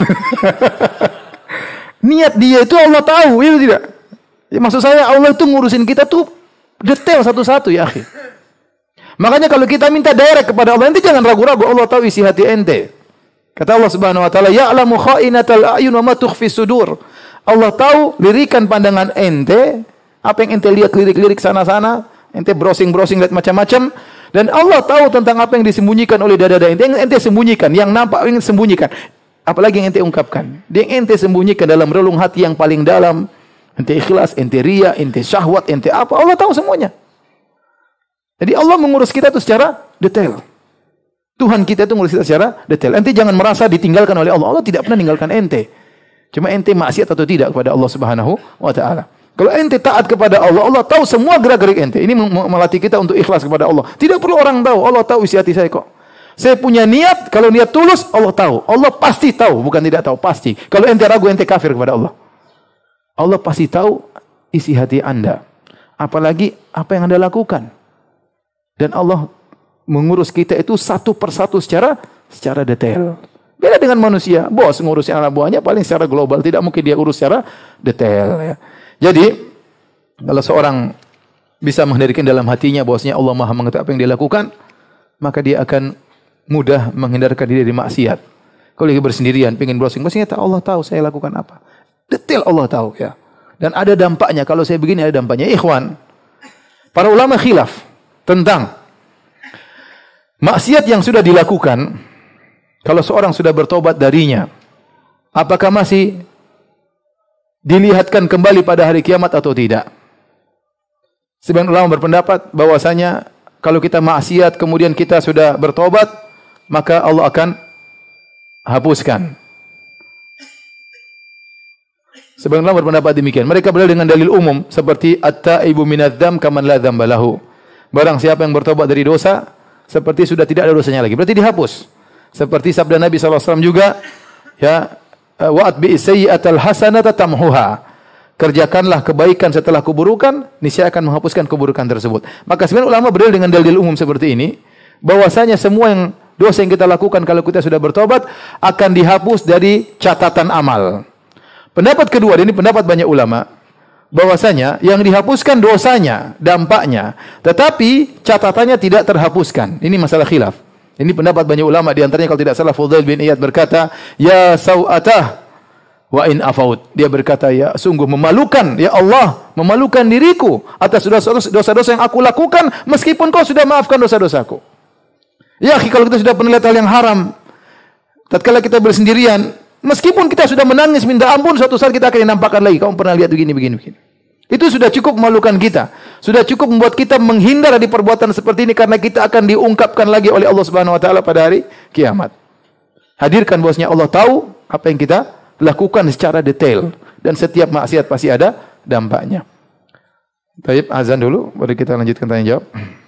Niat dia itu Allah tahu, itu tidak. Ya, maksud saya Allah itu ngurusin kita tuh detail satu-satu ya akhi. Makanya kalau kita minta direct kepada Allah, ente jangan ragu-ragu, Allah tahu isi hati ente. Kata Allah Subhanahu wa taala, "Ya'lamu kha'inatal a'yun wa ma tukhfi sudur." Allah tahu lirikan pandangan ente, apa yang ente lihat lirik-lirik sana-sana, ente browsing-browsing lihat macam-macam, dan Allah tahu tentang apa yang disembunyikan oleh dada-dada ente, yang ente sembunyikan, yang nampak yang sembunyikan. Apalagi yang ente ungkapkan. Yang ente sembunyikan dalam relung hati yang paling dalam, ente ikhlas, ente ria, ente syahwat, ente apa, Allah tahu semuanya. Jadi Allah mengurus kita itu secara detail. Tuhan kita itu mengurus kita secara detail. Ente jangan merasa ditinggalkan oleh Allah. Allah tidak pernah meninggalkan ente. Cuma ente maksiat atau tidak kepada Allah Subhanahu wa taala. Kalau ente taat kepada Allah, Allah tahu semua gerak-gerik ente. Ini melatih kita untuk ikhlas kepada Allah. Tidak perlu orang tahu. Allah tahu isi hati saya kok. Saya punya niat, kalau niat tulus, Allah tahu. Allah pasti tahu, bukan tidak tahu, pasti. Kalau ente ragu, ente kafir kepada Allah. Allah pasti tahu isi hati anda. Apalagi apa yang anda lakukan. Dan Allah mengurus kita itu satu persatu secara secara detail. Beda dengan manusia. Bos ngurusin anak buahnya paling secara global. Tidak mungkin dia urus secara detail. Ya. Jadi, kalau seorang bisa menghindarkan dalam hatinya bahwasanya Allah Maha mengetahui apa yang dia lakukan, maka dia akan mudah menghindarkan diri dari maksiat. Kalau lagi bersendirian, pengen browsing-browsing, Allah tahu saya lakukan apa. Detail Allah tahu ya. Dan ada dampaknya. Kalau saya begini ada dampaknya. Ikhwan, para ulama khilaf tentang maksiat yang sudah dilakukan. Kalau seorang sudah bertobat darinya, apakah masih dilihatkan kembali pada hari kiamat atau tidak? Sebagian ulama berpendapat bahwasanya kalau kita maksiat kemudian kita sudah bertobat, maka Allah akan hapuskan. Sebagian ulama berpendapat demikian. Mereka berdalil dengan dalil umum seperti at-taibu minadz-dzam kaman la dzamba lahu. Barang siapa yang bertobat dari dosa seperti sudah tidak ada dosanya lagi. Berarti dihapus. Seperti sabda Nabi sallallahu alaihi wasallam juga, ya, wa atbi'is sayyi'atal hasanata tamhuha. Kerjakanlah kebaikan setelah keburukan, niscaya akan menghapuskan keburukan tersebut. Maka sebenarnya ulama berdalil dengan dalil umum seperti ini, bahwasanya semua yang dosa yang kita lakukan kalau kita sudah bertobat akan dihapus dari catatan amal. Pendapat kedua, ini pendapat banyak ulama, bahwasanya yang dihapuskan dosanya, dampaknya, tetapi catatannya tidak terhapuskan. Ini masalah khilaf. Ini pendapat banyak ulama, di antaranya kalau tidak salah Fudail bin Iyad berkata, "Ya sawatah wa in afaut." Dia berkata, ya sungguh memalukan, ya Allah, memalukan diriku atas dosa-dosa yang aku lakukan meskipun kau sudah maafkan dosa-dosaku. Ya, kalau kita sudah pernah lihat hal yang haram, tatkala kita bersendirian, meskipun kita sudah menangis minta ampun, suatu saat kita akan dinampakkan lagi, kamu pernah lihat begini begini begini. Itu sudah cukup memalukan kita. Sudah cukup membuat kita menghindar dari perbuatan seperti ini karena kita akan diungkapkan lagi oleh Allah Subhanahu wa taala pada hari kiamat. Hadirkan bahwasanya Allah tahu apa yang kita lakukan secara detail dan setiap maksiat pasti ada dampaknya. Baik, azan dulu, baru kita lanjutkan tanya jawab.